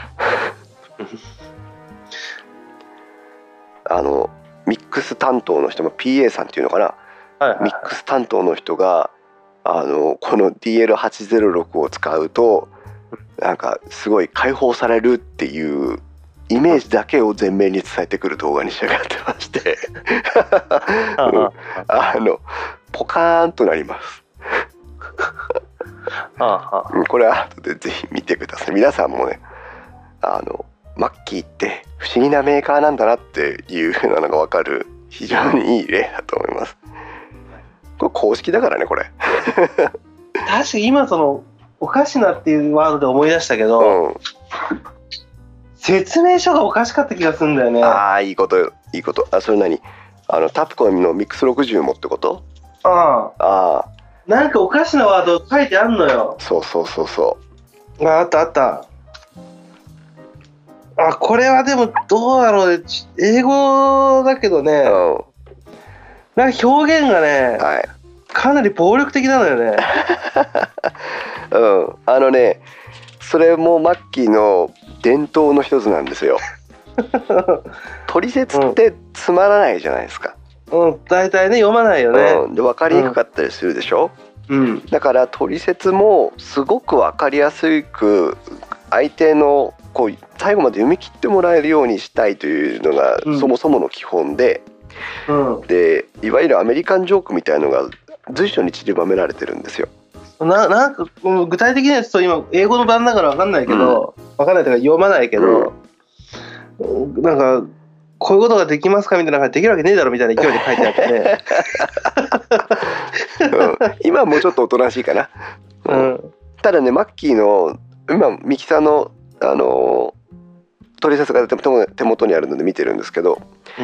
あのミックス担当の人も ピーエー さんっていうのかな、はいはいはい、ミックス担当の人があのこの ディーエルはちぜろろく を使うとなんかすごい解放されるっていうイメージだけを前面に伝えてくる動画に仕上がってまして、うん、あのポカーンとなります。これは後でぜひ見てください。皆さんもね、あのマッキーって不思議なメーカーなんだなっていう風なのが分かる非常にいい例だと思います。これ公式だからねこれ。 確かに今そのおかしなっていうワードで思い出したけど、うん、説明書がおかしかった気がするんだよね。 ああいいこといいこと。あそれ何あのタプコンのミックスろくじゅうもってこと？ ああああなんかおかしなワード書いてあんのよ。 そうそうそうそう。 ああったあった。あこれはでもどうだろうね、英語だけどね、うん、なんか表現がね、はい、かなり暴力的なのよね。 うんあのねそれもマッキーの伝統の一つなんですよ。取説ってつまらないじゃないですか。 うん、大体ね読まないよね、 うん、で分かりにくかったりするでしょ、うん、だから取説もすごく分かりやすく相手のこう最後まで読み切ってもらえるようにしたいというのがそもそもの基本で、 うん、 でいわゆるアメリカンジョークみたいのが随所に散りばめられてるんですよ。 ななんか具体的なやつと今英語の版だから分かんないけど、うん、分かんないというか読まないけど、うん、なんかこういうことができますかみたいな感じでできるわけねえだろみたいな勢いで書いてあってね、 うん、今はもうちょっとおとなしいかな、うん、ただねマッキーの今ミキサーの、あのー、取説が手元にあるので見てるんですけど、うん、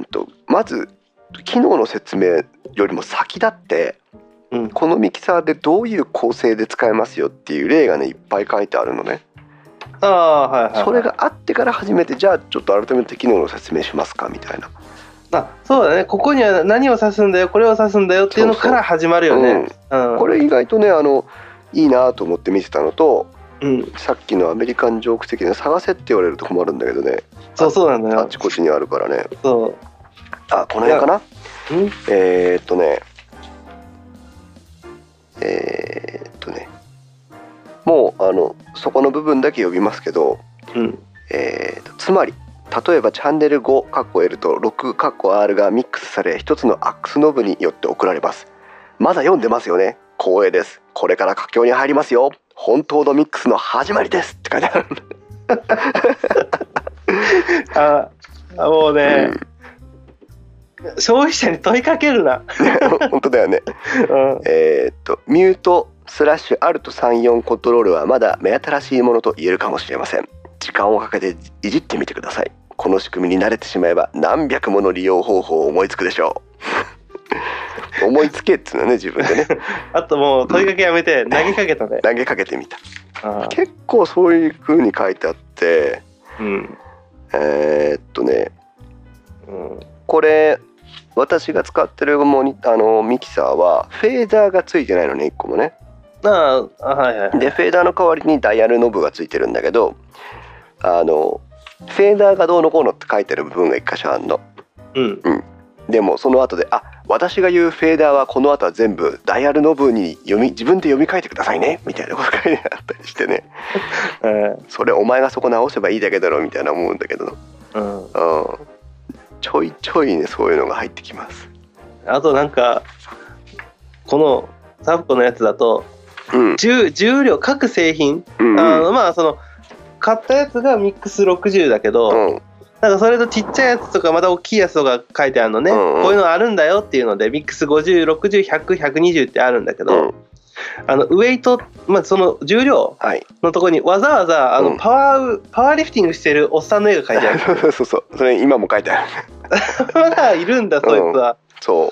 とまず機能の説明よりも先立って、うん、このミキサーでどういう構成で使えますよっていう例がねいっぱい書いてあるのね。 あ、はいはいはい、 それがあってから初めてじゃあちょっと改めて機能の説明しますかみたいな。 あ、そうだね、ここには何を指すんだよこれを指すんだよっていうのから始まるよね。 そうそう、うんうん、これ意外とねあのいいなと思って見てたのと、うん、さっきのアメリカンジョーク的な探せって言われると困るんだけどね。 そうそうなんだよ。 あちこちにあるからね。 そう、 あ、この辺かな。えー、っとねえー、っとねもうあのそこの部分だけ呼びますけど、うん、えー、っとつまり例えばチャンネルご L と ろく R がミックスされ一つのアックスノブによって送られます。まだ読んでますよね。光栄です。これから佳境に入りますよ。本当のミックスの始まりですって書いてある。 あ、もうね、うん、消費者に問いかけるな。 本当だよね、うん、えー、っとミュートスラッシュアルトさんじゅうよんコントロールはまだ目新しいものと言えるかもしれません。時間をかけていじってみてください。この仕組みに慣れてしまえば何百もの利用方法を思いつくでしょう。思いつけっていうのはね自分でね。 あともう問いかけやめて投げかけたね。 投げかけてみた。結構そういう風に書いてあって、うん、えー、っとね、うん、これ私が使ってるモニあのミキサーはフェーダーがついてないのねいっこもね。 ああ、はいはい。 でフェーダーの代わりにダイヤルノブがついてるんだけど、あのフェーダーがどうのこうのって書いてる部分がいっ箇所あるの。うん、うん、でもその後であ私が言うフェーダーはこの後は全部ダイヤルノブに読み自分で読み替えてくださいねみたいなこと書いてあったりしてね、えー、それお前がそこ直せばいいだけだろみたいな思うんだけど、うんうん、ちょいちょいねそういうのが入ってきます。 あとなんかこのサブコのやつだと、うん、重, 重量各製品、うんうん、あのまあその買ったやつがミックスろくじゅうだけど、うん、なんかそれとちっちゃいやつとかまた大きいやつとか書いてあるのね、うんうん、こういうのあるんだよっていうのでミックスごじゅう、ろくじゅう、ひゃく、ひゃくにじゅうってあるんだけど、うん、あのウェイト、まあ、その重量のところにわざわざあのパワー、うん、パワーリフティングしてるおっさんの絵が書いてある。 そうそうそれ今も書いてある。 まだいるんだそいつは、うん、 そう、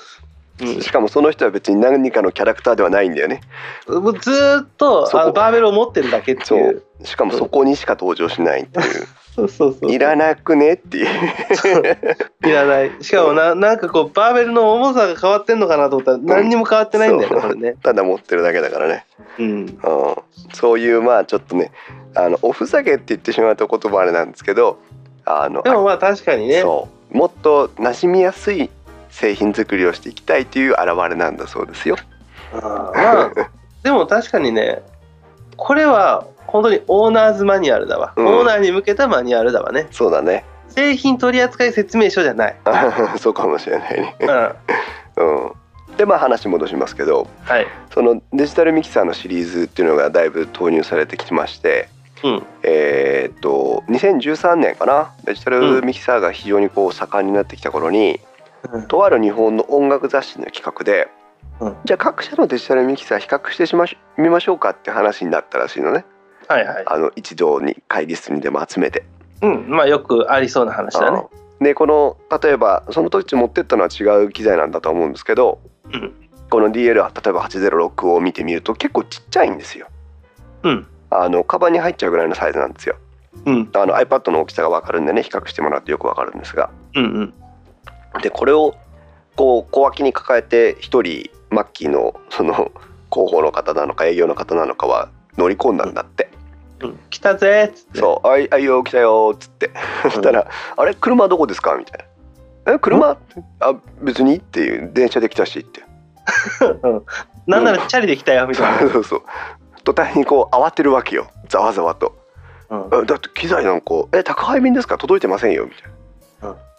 うん、しかもその人は別に何かのキャラクターではないんだよね。 ずーっとあのバーベルを持ってるだけっていう。 しかもそこにしか登場しないっていう。 そうそうそう、 いらなくねっていう。 いらない。しかも な, なんかこうバーベルの重さが変わってんのかなと思ったら何にも変わってないんだよね、うん、これね。 ただ持ってるだけだからね、うんうん、そういうまあちょっとねあのおふざけって言ってしまうと言葉あれなんですけど、あのでもまあ確かにね、 そうもっと馴染みやすい製品作りをしていきたいという表れなんだそうですよ。 あまあでも確かにねこれは本当にオーナーズマニュアルだわ、うん、オーナーに向けたマニュアルだわね。 そうだね、 製品取扱説明書じゃない。 そうかもしれないね、うんうん、でまあ話戻しますけど、はい、そのデジタルミキサーのシリーズっていうのがだいぶ投入されてきまして、うん、えー、っとにせんじゅうさんねんかな、デジタルミキサーが非常にこう盛んになってきた頃に、うん、とある日本の音楽雑誌の企画で、うん、じゃあ各社のデジタルミキサー比較してしましみましょうかって話になったらしいのね。はいはい、あの一堂に会議室にでも集めて、 うん、まあよくありそうな話だね。 でこの例えばその時持ってったのは違う機材なんだと思うんですけど、うん、この ディーエル 例えばはちぜろろくを見てみると結構ちっちゃいんですよ、うん、あのカバンに入っちゃうぐらいのサイズなんですよ、うん、あの iPad の大きさが分かるんでね比較してもらうとよく分かるんですが、うんうん、でこれをこう小脇に抱えて一人マッキーのその広報の方なのか営業の方なのかは乗り込んだんだって、 うん、来たぜっつって、 そう、あいあいよ来たよっつって、そしたら、うん、あれ車どこですかみたいな、え車、うん、あ別にっていう電車で来たしって、 うん、なんならチャリで来たよみたいな、 そうそうそう、途端にこう慌てるわけよ、ざわざわと、うん、だって機材なんかえ宅配便ですか届いてませんよみたいな、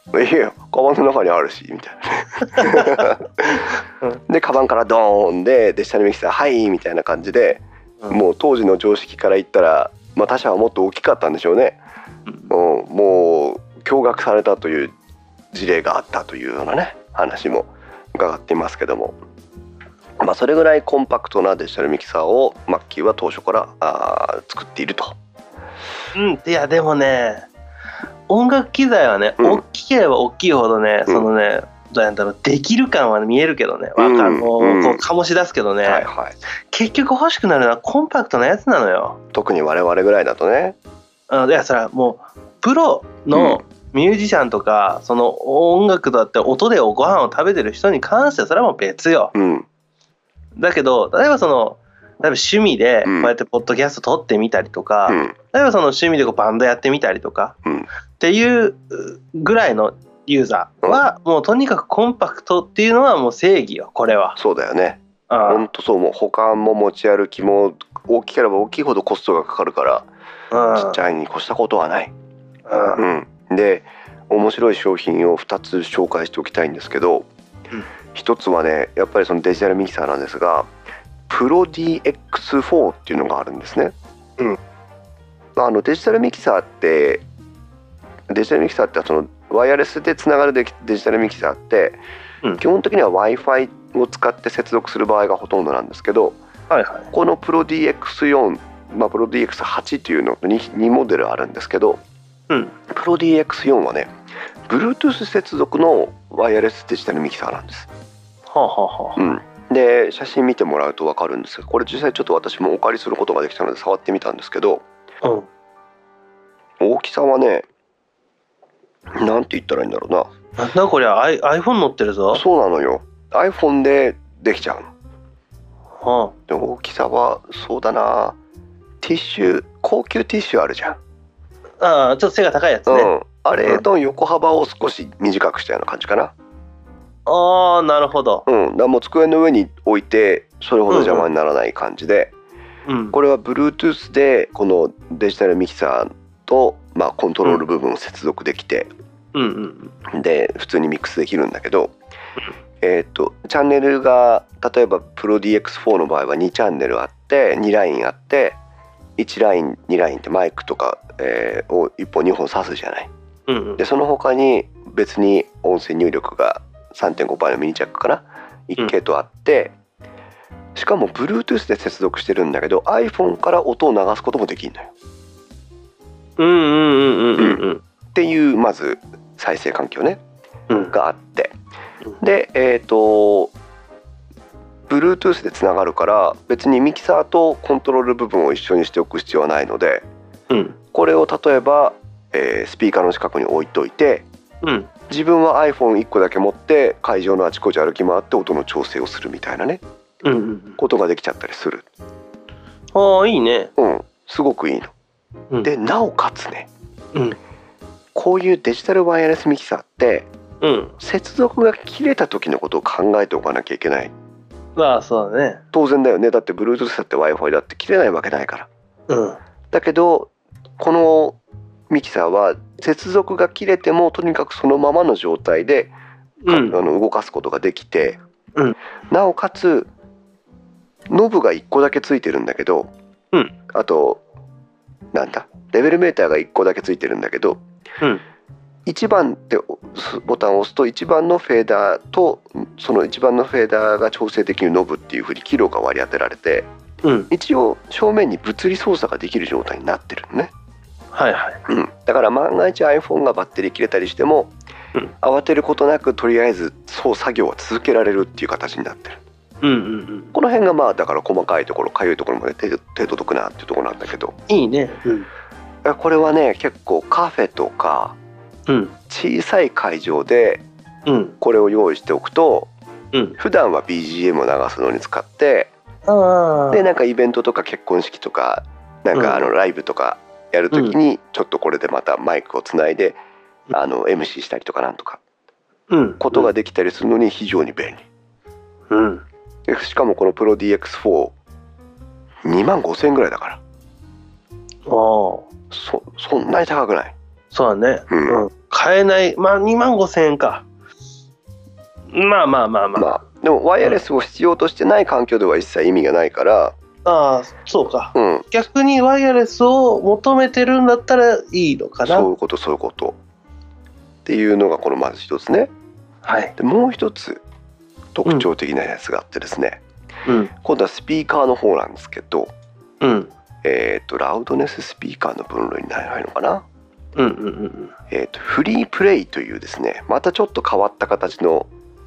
いやカバンの中にあるしみたいなでカバンからドーンでデジタルミキサーはいみたいな感じで、うん、もう当時の常識から言ったら、まあ、他社はもっと大きかったんでしょうね、うん、もう驚愕されたという事例があったというようなね話も伺っていますけども、まあ、それぐらいコンパクトなデジタルミキサーをマッキーは当初からあ作っていると。 うん、いやでもね音楽機材はね、うん、大きければ大きいほどね、うん、そのねどうやんだろうできる感は見えるけどね、わかる、うん、こう醸し出すけどね、はいはい、結局欲しくなるのはコンパクトなやつなのよ。 特に我々ぐらいだとね。 あいやそれはもうプロのミュージシャンとか、うん、その音楽だって音でご飯を食べてる人に関してはそれはもう別よ、うん、だけど例えばその例えば趣味でこうやってポッドキャスト撮ってみたりとか、うん、例えばその趣味でこうバンドやってみたりとか、うん、っていうぐらいのユーザーはもうとにかくコンパクトっていうのはもう正義よこれは。 そうだよね。ほんとそう、もう保管も持ち歩きも大きければ大きいほどコストがかかるから、ちっちゃいに越したことはない、うんうん、で面白い商品をふたつ紹介しておきたいんですけど、うん、ひとつはねやっぱりそのデジタルミキサーなんですがプロ ディーエックスフォー っていうのがあるんですね、うん、あのデジタルミキサーってデジタルミキサーってそのワイヤレスでつながるデジタルミキサーって、うん、基本的には Wi-Fi を使って接続する場合がほとんどなんですけど、はいはい、このプロ ディーエックスフォー、まあ、プロ ディーエックスエイト っていうの 2, 2モデルあるんですけど、うん、プロ ディーエックスフォー はね Bluetooth 接続のワイヤレスデジタルミキサーなんです。はあはあはあ、うんで写真見てもらうと分かるんですが、これ実際ちょっと私もお借りすることができたので触ってみたんですけど、うん、大きさはねなんて言ったらいいんだろうな。 なんだこれ iPhone 乗ってるぞ。 そうなのよ iPhone でできちゃうの、はあ、で大きさはそうだなティッシュ高級ティッシュあるじゃん。 ああちょっと背が高いやつね、うん、 あれの横幅を少し短くしたような感じかな。 あーなるほど、 うん、だもう机の上に置いてそれほど邪魔にならない感じで、うんうん、これは Bluetooth でこのデジタルミキサーと、まあ、コントロール部分を接続できて、うんうん、で普通にミックスできるんだけど、うん、えー、とチャンネルが例えば プロ ディーエックスフォー の場合はにチャンネルあってにラインあっていちラインにラインってマイクとか、えー、をいっぽんにほん挿すじゃない、うんうん、でその他に別に音声入力が さんてんご 倍のミニジャックかないっ系統あって、うん、しかも Bluetooth で接続してるんだけど iPhone から音を流すこともできるのよ。うんうんうんうんうんっていうまず再生環境ね、うん、があってでえっ、ー、と Bluetooth でつながるから別にミキサーとコントロール部分を一緒にしておく必要はないので、うん、これを例えば、えー、スピーカーの近くに置いといて、うん、自分は アイフォンいっこだけ持って会場のあちこち歩き回って音の調整をするみたいなね、うんうん、ことができちゃったりする。 ああいいね。 うんすごくいいの、うん、でなおかつね、うん、こういうデジタルワイヤレスミキサーって、うん、接続が切れた時のことを考えておかなきゃいけない。 ああそうだね当然だよね。だって Bluetooth だって Wi-Fi だって切れないわけないから、うん、だけどこのミキサーは接続が切れてもとにかくそのままの状態で、うん、あの動かすことができて、うん、なおかつノブがいっこだけついてるんだけど、うん、あとなんだレベルメーターがいっこだけついてるんだけど、うん、いちばんでボタンを押すといちばんのフェーダーとそのいちばんのフェーダーが調整できるノブっていう風にキロが割り当てられて、うん、一応正面に物理操作ができる状態になってるのね。はいはい、うん、だから万が一 iPhone がバッテリー切れたりしても、うん、慌てることなくとりあえずそう作業は続けられるっていう形になってる、うんうんうん、この辺がまあだから細かいところかゆいところまで手届くなっていうところなんだけどいいね、うん、 これはね結構カフェとか、うん、小さい会場でこれを用意しておくと、うん、普段は ビージーエム を流すのに使って、うん、でなんかイベントとか結婚式とかなんかあのライブとかやるときにちょっとこれでまたマイクをつないで、うん、あの エムシー したりとかなんとか、うん、ことができたりするのに非常に便利、うん、しかもこのプロ ディーエックスフォー にまんごせんえんぐらいだからあそ, そんなに高くない。 そうだね、うん買えない。まあにまんごせんえんか。まあまあまあまあ、まあ、 でもワイヤレスを必要としてない環境では一切意味がないから、 ああそうか、 うん、 逆にワイヤレスを求めてるんだったらいいのかな。 そういうことそういうことっていうのがこのまず一つね。 はい。 でもう一つ特徴的なやつがあってですね、 うん、 今度はスピーカーの方なんですけど、 うん、 えっとラウドネススピーカーの分類にならないのかな。 うんうんうん、 えっとフリープレイというですね、またちょっと変わった形の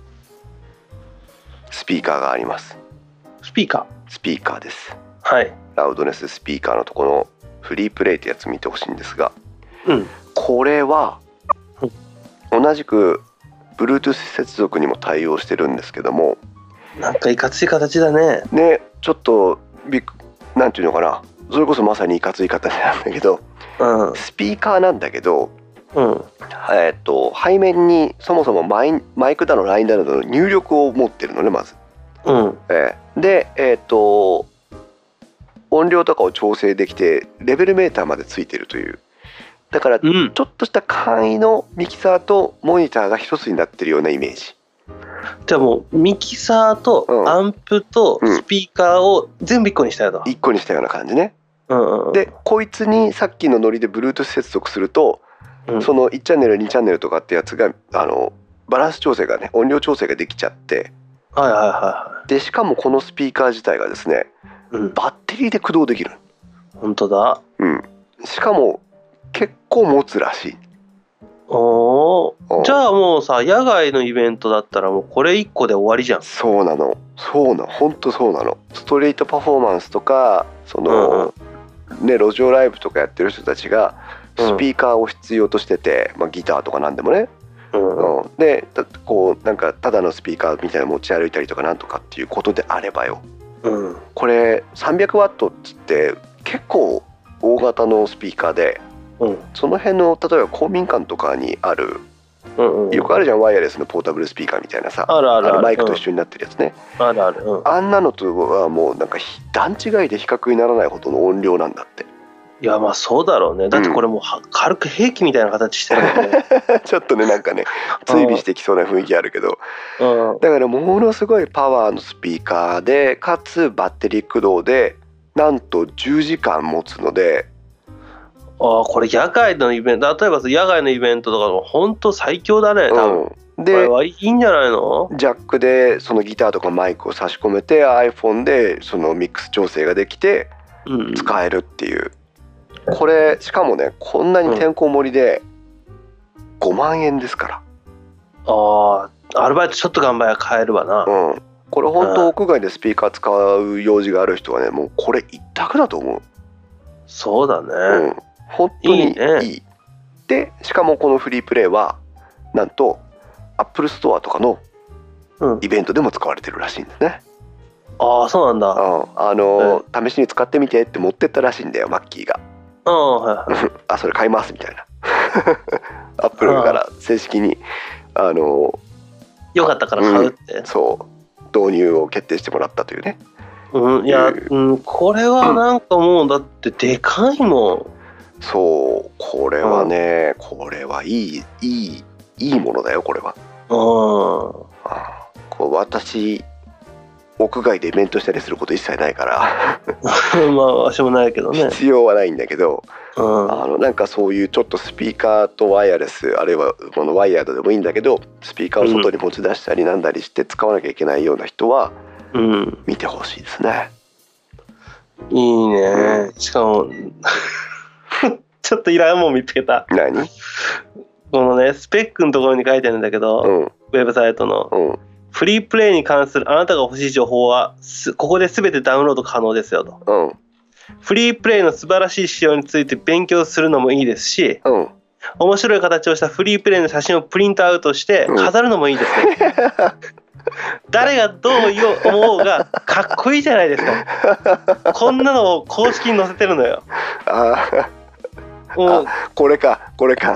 スピーカーがあります。 スピーカースピーカーです。 はい。 ラウドネススピーカーのところのフリープレイってやつ見てほしいんですが、 うん、 これは同じく Bluetooth 接続にも対応してるんですけども、 なんかいかつい形だね。 ね、ちょっとビッなんていうのかな、それこそまさにいかつい形なんだけど、うん、スピーカーなんだけど、うん、えー、っと背面にそもそもマイ、マイクだのラインだのの入力を持ってるのねまず。うん、えー、でえー、っと音量とかを調整できてレベルメーターまでついてるという。だからちょっとした簡易のミキサーとモニターが一つになってるようなイメージ。 じゃあもうミキサーとアンプとスピーカーを全部一個にしたような、 うん、一個にしたような感じね。うんうん、でこいつにさっきのノリで Bluetooth 接続すると、うん、そのいちチャンネルにチャンネルとかってやつがあのバランス調整がね音量調整ができちゃって、はいはいはい、でしかもこのスピーカー自体がですね、うん、バッテリーで駆動できる。 本当だ。 うん。しかも結構持つらしい。 おお。じゃあもうさ野外のイベントだったらもうこれいっこで終わりじゃん。 そうなの。そうなの。本当そうなの。ストリートパフォーマンスとかその、うんうん、ね路上ライブとかやってる人たちがスピーカーを必要としてて、うん、まあギターとかなんでもね。うんうん、でこうなんかただのスピーカーみたいなの持ち歩いたりとかなんとかっていうことであればよ。うん、これさんびゃくワットっつって結構大型のスピーカーで、うん、その辺の例えば公民館とかにある、うんうん、よくあるじゃんワイヤレスのポータブルスピーカーみたいなさ、あるあるある、あのマイクと一緒になってるやつね、うん、あるある、うん、あんなのとはもうなんか段違いで比較にならないほどの音量なんだって。 いやまあそうだろうね。だってこれもう軽く兵器みたいな形してるもんね、 うん、ちょっとねなんかね追尾してきそうな雰囲気あるけど、うん、だからものすごいパワーのスピーカーでかつバッテリー駆動でなんとじゅうじかん持つので、 ああこれ野外のイベント、例えば野外のイベントとかも本当最強だね多分、うん、でこれはいいんじゃないの。 ジャックでそのギターとかマイクを差し込めて iPhone でそのミックス調整ができて使えるっていう、うん、これしかもねこんなにてんこ盛りでごまんえんですから、 うん、ああアルバイトちょっと頑張りゃ買えるわな。うん、 これ本当屋外でスピーカー使う用事がある人はねもうこれ一択だと思う。 そうだね、うん、 本当にいい、いいね。でしかもこのフリープレイはなんとアップルストアとかのイベントでも使われてるらしいんですね、 うん、ああそうなんだ、うん、 あの、えー、試しに使ってみてって持ってったらしいんだよマッキーが。あ、はいはい、あそれ買いますみたいなアップルから正式にあのよかったから買うって、 うん、そう導入を決定してもらったというね。 うん、いや、うん、これはなんかもうだってでかいもん。 そうこれはね、うん、これはいいいいいいものだよこれは。うん、あこう私屋外でイベントしたりすること一切ないからまあ私もないけどね。 必要はないんだけど、うん、あのなんかそういうちょっとスピーカーとワイヤレスあるいはこのワイヤードでもいいんだけどスピーカーを外に持ち出したりなんだりして使わなきゃいけないような人は、うん、見てほしいですね。 いいね、うん、しかもちょっといらんもん見つけた。 何？ このねスペックのところに書いてあるんだけど、うん、ウェブサイトの、うん、フリープレイに関するあなたが欲しい情報はここで全てダウンロード可能ですよと、うん、フリープレイの素晴らしい仕様について勉強するのもいいですし、うん、面白い形をしたフリープレイの写真をプリントアウトして飾るのもいいですね、うん、誰がどう思うがかっこいいじゃないですかこんなのを公式に載せてるのよ。 ああこれかこれか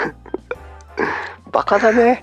バカだね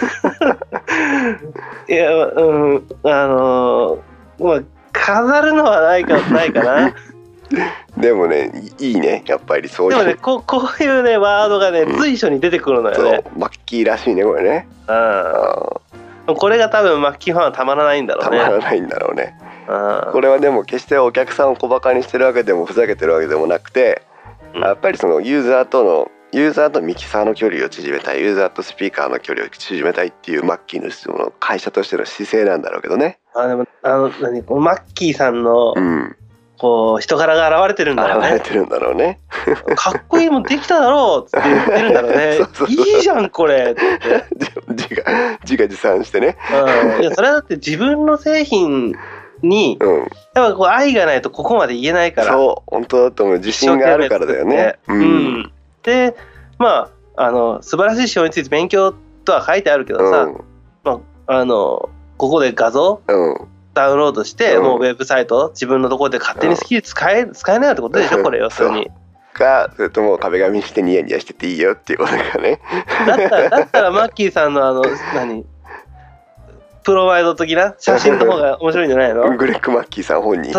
いやうんあのー、まあ飾るのはないかないかなでもねいいねやっぱりそういうでもねここういうねワードがね、うん、随所に出てくるのよね。 そうマッキーらしいねこれね。 うん、これが多分マッキーファンはたまらないんだろうね。 たまらないんだろうね。これはでも決してお客さんを小バカにしてるわけでもふざけてるわけでもなくて、うん、やっぱりそのユーザーとのユーザーとミキサーの距離を縮めたい、ユーザーとスピーカーの距離を縮めたいっていうマッキーのその会社としての姿勢なんだろうけどね。 あでもあの何こうマッキーさんの、うん、こう人柄が現れてるんだろうね。 現れてるんだろうね。 かっこいいもんできただろうって言ってるんだろうね。そうそうそういいじゃんこれって自画自画自賛してね。 うん、いやそれはだって自分の製品に、うん、やっぱこう愛がないとここまで言えないから。 そう本当だと思う。自信があるからだよね。 うん、うん、でまああの素晴らしい仕様について勉強とは書いてあるけどさ、うんまあ、あのここで画像、うん、ダウンロードして、うん、もうウェブサイト自分のところで勝手に好きに使え、うん、使えないってことでしょこれ要するに。 かそれとも壁紙にしてニヤニヤしてていいよっていうことだからね。 だったらだったらマッキーさんのあの何プロマイド的な写真の方が面白いんじゃないの？ グレッグ・マッキーさん本人。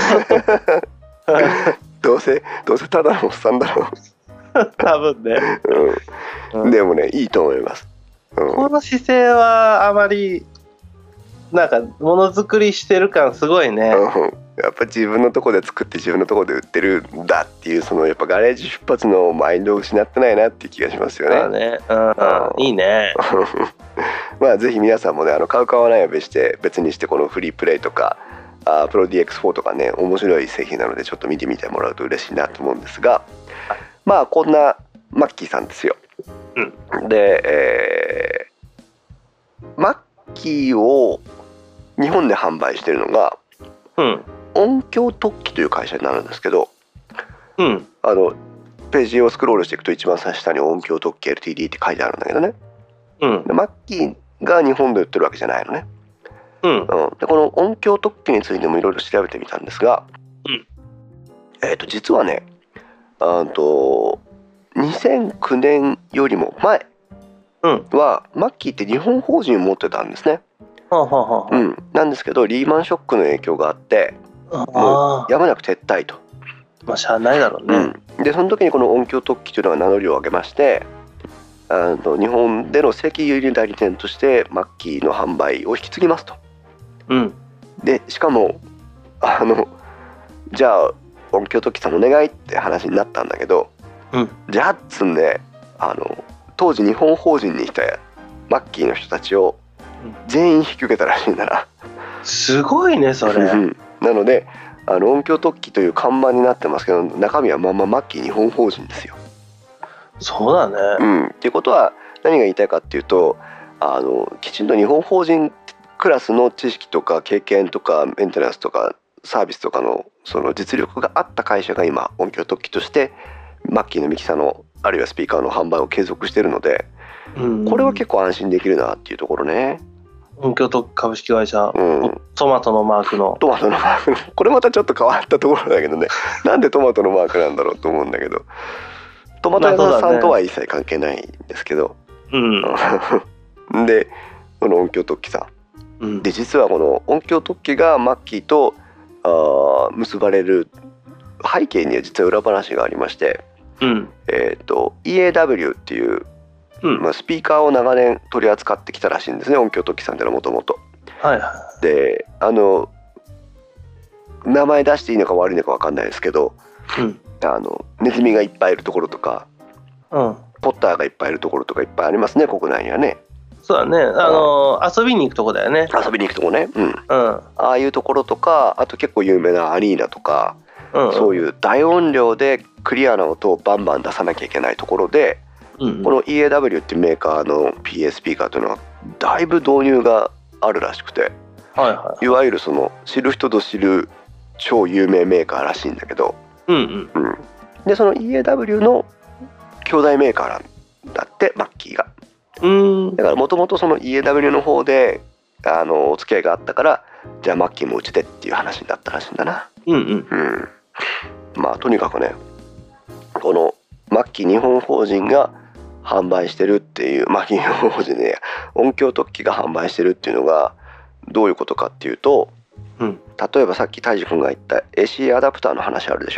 どうせどうせただのおっさんだろう。 多分ね、 うんうん、でもねいいと思います、 うん、この姿勢はあまりなんかものづくりしてる感すごいね、 うん、やっぱ自分のとこで作って自分のとこで売ってるんだっていうそのやっぱガレージ出発のマインドを失ってないなっていう気がしますよね。 あね、うん、いいね。 まあぜひ皆さんもねあの買う買わないは別して別にしてこのフリープレイとかあプロ ディーエックスフォー とかね面白い製品なのでちょっと見てみてもらうと嬉しいなと思うんですが、まあこんなマッキーさんですよ、うん、で、えー、マッキーを日本で販売しているのが、うん、音響特記という会社になるんですけど、うん、あのページをスクロールしていくと一番下に音響特記 エルティーディー って書いてあるんだけどね、うん、でマッキーが日本で売ってるわけじゃないのね、うんうん、でこの音響特記についてもいろいろ調べてみたんですが、うん、えーと実はねあとにせんきゅうねんよりも前は、うん、マッキーって日本法人を持ってたんですね、はあはあうん、なんですけどリーマンショックの影響があってもうやむなく撤退と。 まあしゃあないだろうね、 うん、でその時にこの音響特記というのが名乗りを上げましてあの日本での正規輸入代理店としてマッキーの販売を引き継ぎますと、うん、でしかもあのじゃあ音響特記さんお願いって話になったんだけど、うん、じゃあっつんであの当時日本法人にいたマッキーの人たちを全員引き受けたらしいんだな。 すごいねそれなのであの音響特記という看板になってますけど中身はまんまマッキー日本法人ですよ。 そうだね、 うん、っていうことは何が言いたいかっていうとあのきちんと日本法人クラスの知識とか経験とかメンテナンスとかサービスとかのその実力があった会社が今音響特記としてマッキーのミキサーのあるいはスピーカーの販売を継続しているので、うん、これは結構安心できるなっていうところね。 音響特記株式会社、うん、トマトのマークのトマトのマークのこれまたちょっと変わったところだけどねなんでトマトのマークなんだろうと思うんだけどトマト屋さんとは一切関係ないんですけど、うん、でこの音響特記さん、うん、で実はこの音響特記がマッキーとあ結ばれる背景には実は裏話がありまして、うんえー、と イーエーダブリュー っていう、うんまあ、スピーカーを長年取り扱ってきたらしいんですね音響特記さんってのはもともと。であの名前出していいのか悪いのか分かんないですけど、うん、あのネズミがいっぱいいるところとか、うん、ポッターがいっぱいいるところとかいっぱいありますね国内にはね。 そうだねあの、うん、遊びに行くとこだよね。 遊びに行くとこね、うんうん、ああいうところとかあと結構有名なアリーナとか、うんうん、そういう大音量でクリアな音をバンバン出さなきゃいけないところで、うんうん、この イーエーダブリュー っていうメーカーの ピーエー スピーカーというのはだいぶ導入があるらしくて、はいはい、いわゆるその知る人ぞ知る超有名メーカーらしいんだけど、うんうんうん、でその イーエーダブリュー の兄弟メーカーなんだってマッキーが。うんだからもともとその イーエーダブリュー の方であのお付き合いがあったからじゃあマッキーもうちでっていう話になったらしいんだな。うんうんうん、まあとにかくねこのマッキー日本法人が販売してるっていうマッキー日本法人で音響特記が販売してるっていうのがどういうことかっていうと、うん、例えばさっき泰治君が言った エーシー アダプターの話あるでしょ。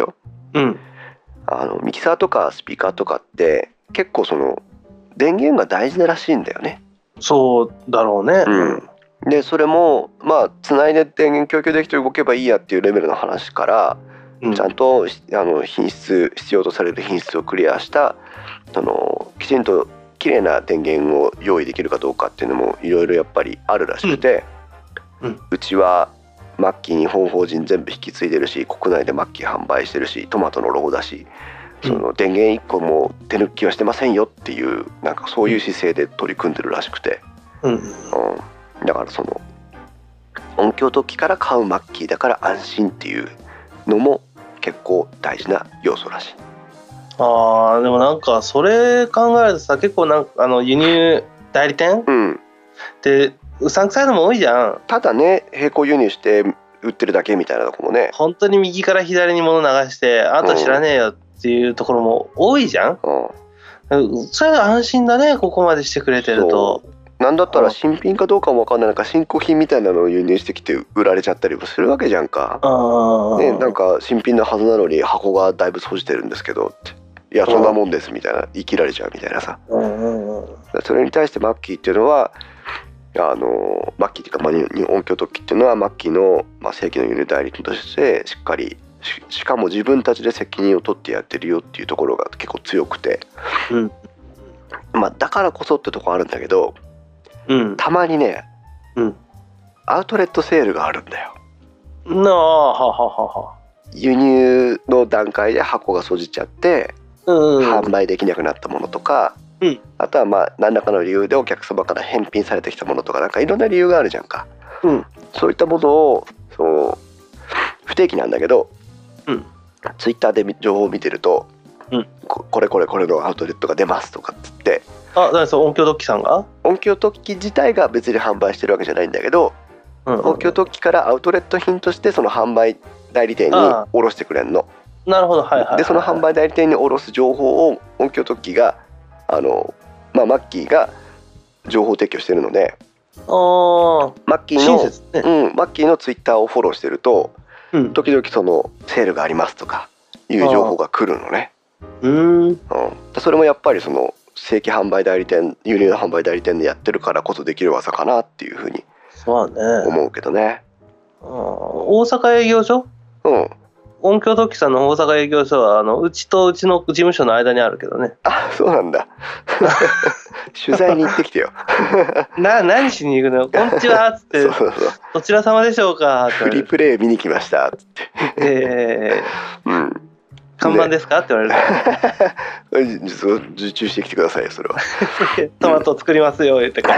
うん、 あのミキサーとかスピーカーとかって結構その電源が大事ならしいんだよね。 そうだろうね。 うん、でそれもまあつないで電源供給できて動けばいいやっていうレベルの話から、うん、ちゃんとあの品質必要とされる品質をクリアしたそのきちんと綺麗な電源を用意できるかどうかっていうのもいろいろやっぱりあるらしくて、うんうん、うちはマッキー日本法人全部引き継いでるし、国内でマッキー販売してるし、トマトのロゴだし、その電源いっこも手抜きはしてませんよっていうなんかそういう姿勢で取り組んでるらしくて、うんうん、だからその音響特機から買うマッキーだから安心っていうのも結構大事な要素らしい。 あーでもなんかそれ考えるとさ、結構なんかあの輸入代理店、うん、でうさんくさいのも多いじゃん。 ただね、並行輸入して売ってるだけみたいなとこもね、 本当に右から左に物流してあと知らねえよっていうところも多いじゃん、うん、それは安心だね、ここまでしてくれてると。 なんだったら新品かどうかも分かんない、なんか新古品みたいなのを輸入してきて売られちゃったりもするわけじゃんか。あ、ね、なんか新品のはずなのに箱がだいぶ閉じてるんですけどって、いやそんなもんですみたいな、言い切られちゃうみたいなさ、うんうん、それに対してマッキーっていうのはあのマッキーっていうか、まあ、音響特機っていうのはマッキーの、まあ、正規の輸入代理店としてしっかり し, しかも自分たちで責任を取ってやってるよっていうところが結構強くて、うんまあ、だからこそってとこあるんだけど、うん、たまにね、うん、アウトレットセールがあるんだよ。 なあ、はははは。 輸入の段階で箱が閉じちゃって、うんうん、販売できなくなったものとか、うん、あとはまあ何らかの理由でお客様から返品されてきたものとか、なんかいろんな理由があるじゃんか、うん、そういったものをその不定期なんだけど、うん、ツイッターで情報を見てると、うん、こ, これこれこれのアウトレットが出ますとかっつって、 あ、何それ音響特機さんが？ 音響特機自体が別に販売してるわけじゃないんだけど、うんうんうん、音響特機からアウトレット品としてその販売代理店に卸してくれんの。 なるほど、はいはいはいはい、 でその販売代理店に卸す情報を音響特機があの、まあ、マッキーが情報提供してるので、あマッキーの、ねうん、マッキーのツイッターをフォローしてると、うん、時々そのセールがありますとかいう情報が来るのね。うん、うん、それもやっぱりその正規販売代理店、輸入販売代理店でやってるからこそできる技かなっていうふうに思うけどね。 あ、大阪営業所？うん。音響特機さんの大阪営業所はあのうちとうちの事務所の間にあるけどね。 あ、そうなんだ。取材に行ってきてよ。 な、何しに行くの？こんにちはっつって。そうそうそう。どちら様でしょうかって。 フリープレイ見に来ましたっつって。ええー。うん。看板ですかって言われる。受注してきてくださいよそれは。 トマト作りますよ言ってから。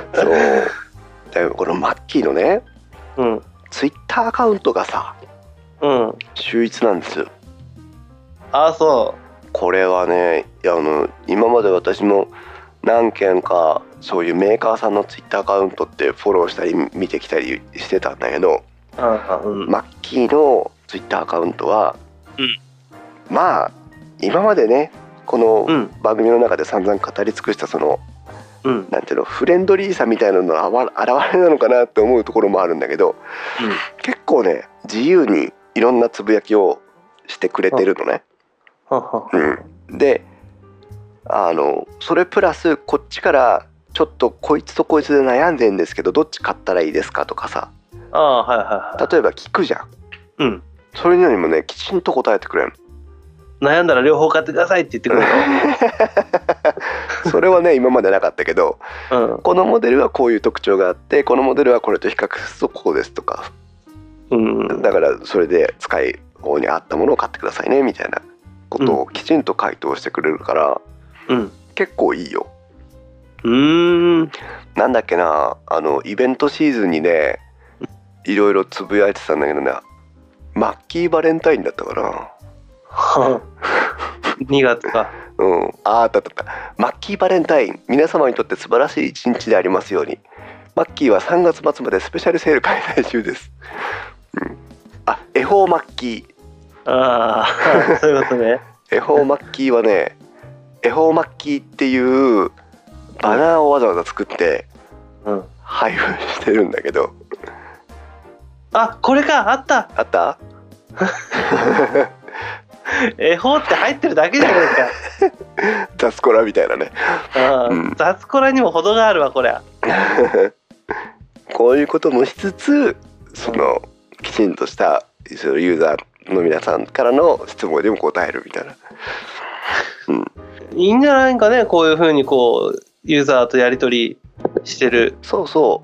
そう。だよこのマッキーのね、うん、ツイッターアカウントがさ、うん、秀逸なんですよ。 あ、そう。 これはね、いやあの今まで私も何件かそういうメーカーさんのツイッターアカウントってフォローしたり見てきたりしてたんだけど、うん、マッキーのツイッターアカウントは、うん、まあ今までねこの番組の中で散々語り尽くしたその、うん、なんていうのフレンドリーさみたいなのの表れなのかなって思うところもあるんだけど、うん、結構ね自由にいろんなつぶやきをしてくれてるのね。うん、であのそれプラスこっちからちょっとこいつとこいつで悩んでんですけどどっち買ったらいいですかとかさ、あ、はいはいはい、例えば聞くじゃん、うん、それにもねきちんと答えてくれる。 悩んだら両方買ってくださいって言ってくれるの。それはね今までなかったけど、うん、このモデルはこういう特徴があってこのモデルはこれと比較するとこうですとか、うん、だからそれで使い方に合ったものを買ってくださいねみたいなことをきちんと回答してくれるから、うん、結構いいよ。うーん、なんだっけな、あのイベントシーズンにねいろいろつぶやいてたんだけどね、マッキーバレンタインだったかな。 にがつか。 うん、ああったあった。マッキーバレンタイン、皆様にとって素晴らしい一日でありますように。マッキーはさんがつ末までスペシャルセール開催中です。うん、あ、恵方マッキー。ああ、そういうことね。 恵方マッキーはね、恵方マッキーっていうバナーをわざわざ作って配布してるんだけど。 あ、これか、あった。 あった？ 恵方って入ってるだけじゃないか。 雑コラみたいなね。 あ、うん、雑コラにも程があるわこりゃ。 こういうこともしつつ、そのきちんとしたそのユーザーの皆さんからの質問にも答えるみたいな、 うん、いいんじゃないかね、こういうふうにこうユーザーとやり取りしてる。 そうそう、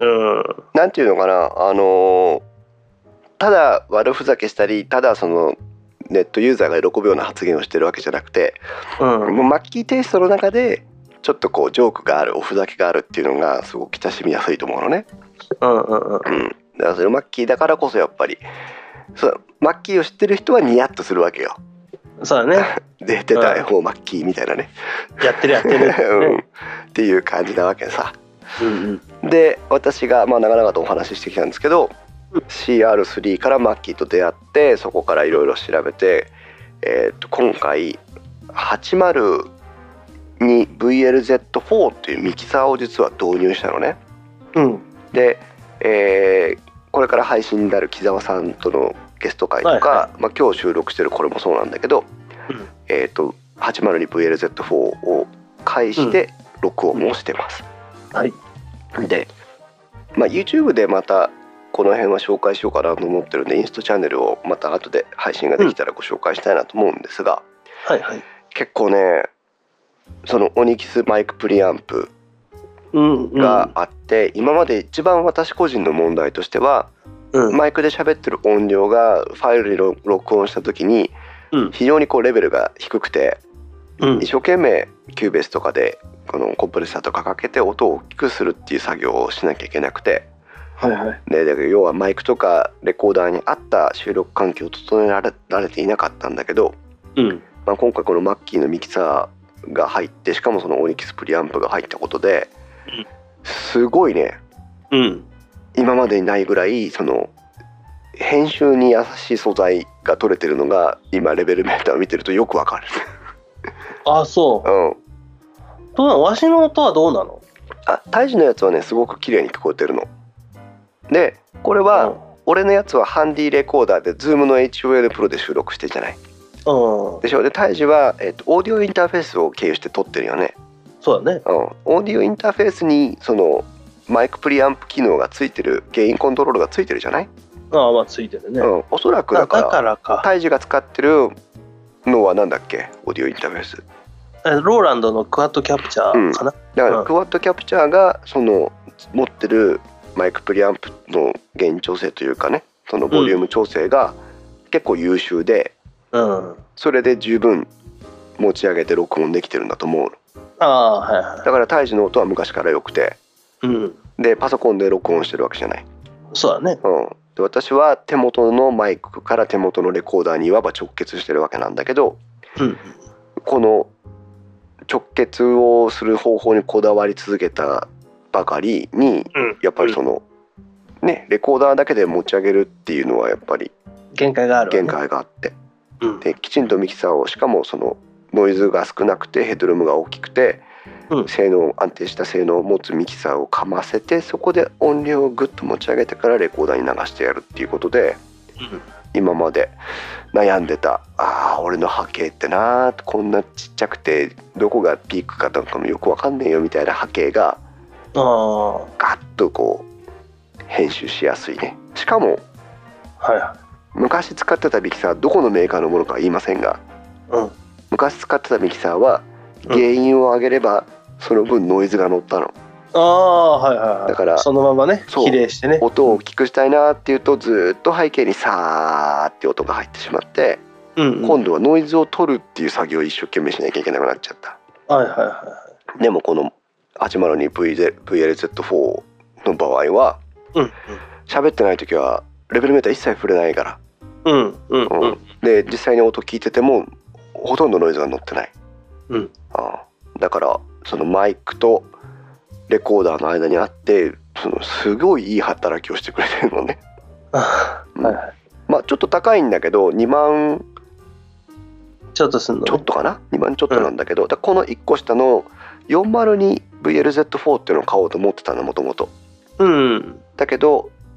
うん、 なんていうのかな、あのただ悪ふざけしたり、ただそのネットユーザーが喜ぶような発言をしてるわけじゃなくて、うん、もうマッキーテイストの中でちょっとこうジョークがある、おふざけがあるっていうのがすごく親しみやすいと思うのね。 うんうんうん。うん、 だからそれマッキーだからこそやっぱり、そうマッキーを知ってる人はニヤッとするわけよ。 そうだね。 出てたよ、うん、マッキーみたいなね。 やってるやってる、ね、 うん、っていう感じなわけさ。 うんうん、 で私がまあ長々とお話ししてきたんですけど、シーアールスリー からマッキーと出会って、そこからいろいろ調べて、えー、と今回 はちじゅうにブイエルゼットフォー っていうミキサーを実は導入したのね。 うん、 で、えー、これから配信になる木澤さんとのゲスト会とか、はいはい、まあ、今日収録してるこれもそうなんだけど、うん、えー、と はちじゅうにブイエルゼットフォー を介して録音をしてます。 うん、はい。 で、まあ、YouTube でまたこの辺は紹介しようかなと思ってるんで、インストチャンネルをまた後で配信ができたらご紹介したいなと思うんですが、 うん、はいはい、 結構ね、そのオニキスマイクプリアンプがあって、うんうん、今まで一番私個人の問題としては、うん、マイクで喋ってる音量がファイルに録音した時に非常にこうレベルが低くて、うん、一生懸命キューベースとかでこのコンプレッサーとかかけて音を大きくするっていう作業をしなきゃいけなくて、 はいはい、 でだから要はマイクとかレコーダーに合った収録環境を整えられ、られていなかったんだけど、 うん、 まあ、今回このマッキーのミキサーが入って、しかもそのオニキスプリアンプが入ったことで、うん、すごいね、 うん、 今までにないぐらいその編集に優しい素材が取れてるのが今レベルメーターを見てるとよくわかる。 あ、そう。 うん。 どうなの？わしの音はどうなの？ あ、タイジのやつはねすごく綺麗に聞こえてるの。で、これは、うん、俺のやつはハンディレコーダーで Zoom の エイチオーエル プロで収録してるじゃない。 うん。 でしょ。で、タイジは、えーと、オーディオインターフェースを経由して撮ってるよね。 そうだね。 うん。オーディオインターフェースにそのマイクプリアンプ機能がついてる、ゲインコントロールがついてるじゃない。 ああ、まあついてるね。 うん。おそらくだから、 だからか。 タイジが使ってるのはなんだっけ、オーディオインターフェース。 ローランドのクワッドキャプチャーかな、うん、 だからクワッドキャプチャーがその持ってるマイクプリアンプのゲイン調整というかね、そのボリューム調整が結構優秀で、 うん、 それで十分持ち上げて録音できてるんだと思う。 ああ、はいはい。 だからタイジの音は昔から良くて、 うん、 でパソコンで録音してるわけじゃない。 そうだね。 うん、で私は手元のマイクから手元のレコーダーにいわば直結してるわけなんだけど、 うん、 この直結をする方法にこだわり続けたばかりに、うん、やっぱりその、うん、ね、レコーダーだけで持ち上げるっていうのはやっぱり限界があるわね。 限界があって、 うん、 できちんとミキサーを、しかもそのノイズが少なくてヘッドルームが大きくて、うん、性能安定した性能を持つミキサーをかませて、そこで音量をグッと持ち上げてからレコーダーに流してやるっていうことで、 うん、 今まで悩んでた、ああ俺の波形ってなー、こんなちっちゃくてどこがピークかとかもよくわかんねえよみたいな波形がガッとこう編集しやすいね。しかも、 はいはい、 昔使ってたミキサー、どこのメーカーのものかは言いませんが、 うん、 昔使ってたミキサーはゲインを上げればその分ノイズが乗ったの。 ああ、はいはいはい。 だからそのままね、比例してね、 音を大きくしたいなっていうと、ずっと背景にさーって音が入ってしまって、うんうん、今度はノイズを取るっていう作業を一生懸命しなきゃいけなくなっちゃった。 はいはいはい。 でもこの はちじゅうにブイエルゼットフォー の場合は、 うんうん、 喋ってない時はレベルメーター一切触れないから、 うんうんうん、 で実際に音聞いててもほとんどノイズが乗ってない、 うん、 あだからそのマイクとレコーダーの間にあって、そのすごいいい働きをしてくれてるのね。 はいはい、 まあちょっと高いんだけどにまんちょっとすんの、ね、 ちょっとかな、にまんちょっとなんだけど、うん、だこのいっこ下の よんじゅうにブイエルゼットフォー っていうのを買おうと思ってたのもともと。だけど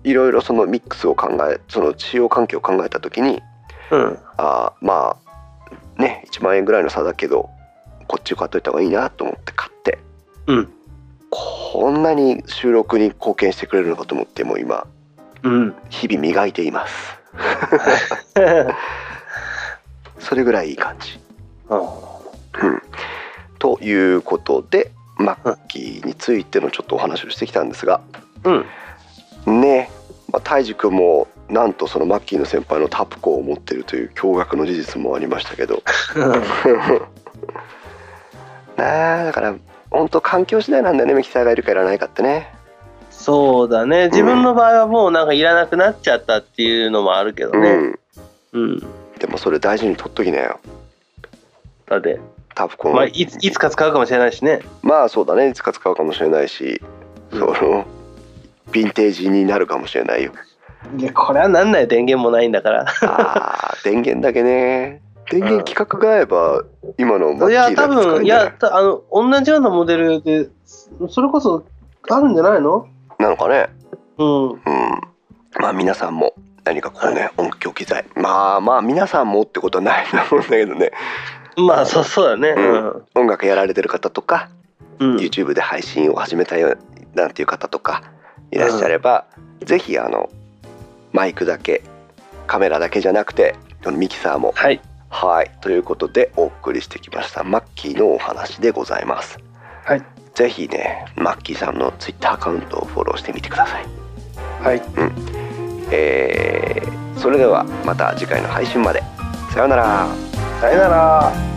いろいろそのミックスを考えその使用環境を考えた時に、うん、あまあねいちまんえんぐらいの差だけどこっちを買っといた方がいいなと思って買って、うん、こんなに収録に貢献してくれるのかと思ってもう今、うん、日々磨いていますそれぐらいいい感じ、うん、ということでマッキーについてのちょっとお話をしてきたんですが、うん、ねえ、まあ、タイジ君もなんとそのマッキーの先輩のタプコを持ってるという驚愕の事実もありましたけどなあだから本当環境次第なんだよね、ミキサーがいるかいらないかってね。 そうだね、自分の場合はもうなんかいらなくなっちゃったっていうのもあるけどね、うんうん、でもそれ大事に取っときなよ。 だってタプコン、まあ、いつ、いつか使うかもしれないしね。 まあそうだね、いつか使うかもしれないし、うん、そのヴィンテージになるかもしれないよ。 いやこれはなんない、電源もないんだからあー電源だけね。電源規格が合えば今のマッキーだけ使えるんじゃない？いや多分いやあの同じようなモデルでそれこそあるんじゃないの？ なのかね。うん、うん、まあ皆さんも何かこうね、はい、音響機材まあまあ皆さんもってことはないと思うんだけどね。 まあそうそうだね、うん、音楽やられてる方とか、うん、YouTube で配信を始めたよなんていう方とかいらっしゃれば、うん、ぜひあのマイクだけカメラだけじゃなくてこのミキサーもはい、はい、ということでお送りしてきましたマッキーのお話でございます。はい、ぜひねマッキーさんの Twitter アカウントをフォローしてみてください。はい、うん、えー、それではまた次回の配信まで。さようなら。 さよなら。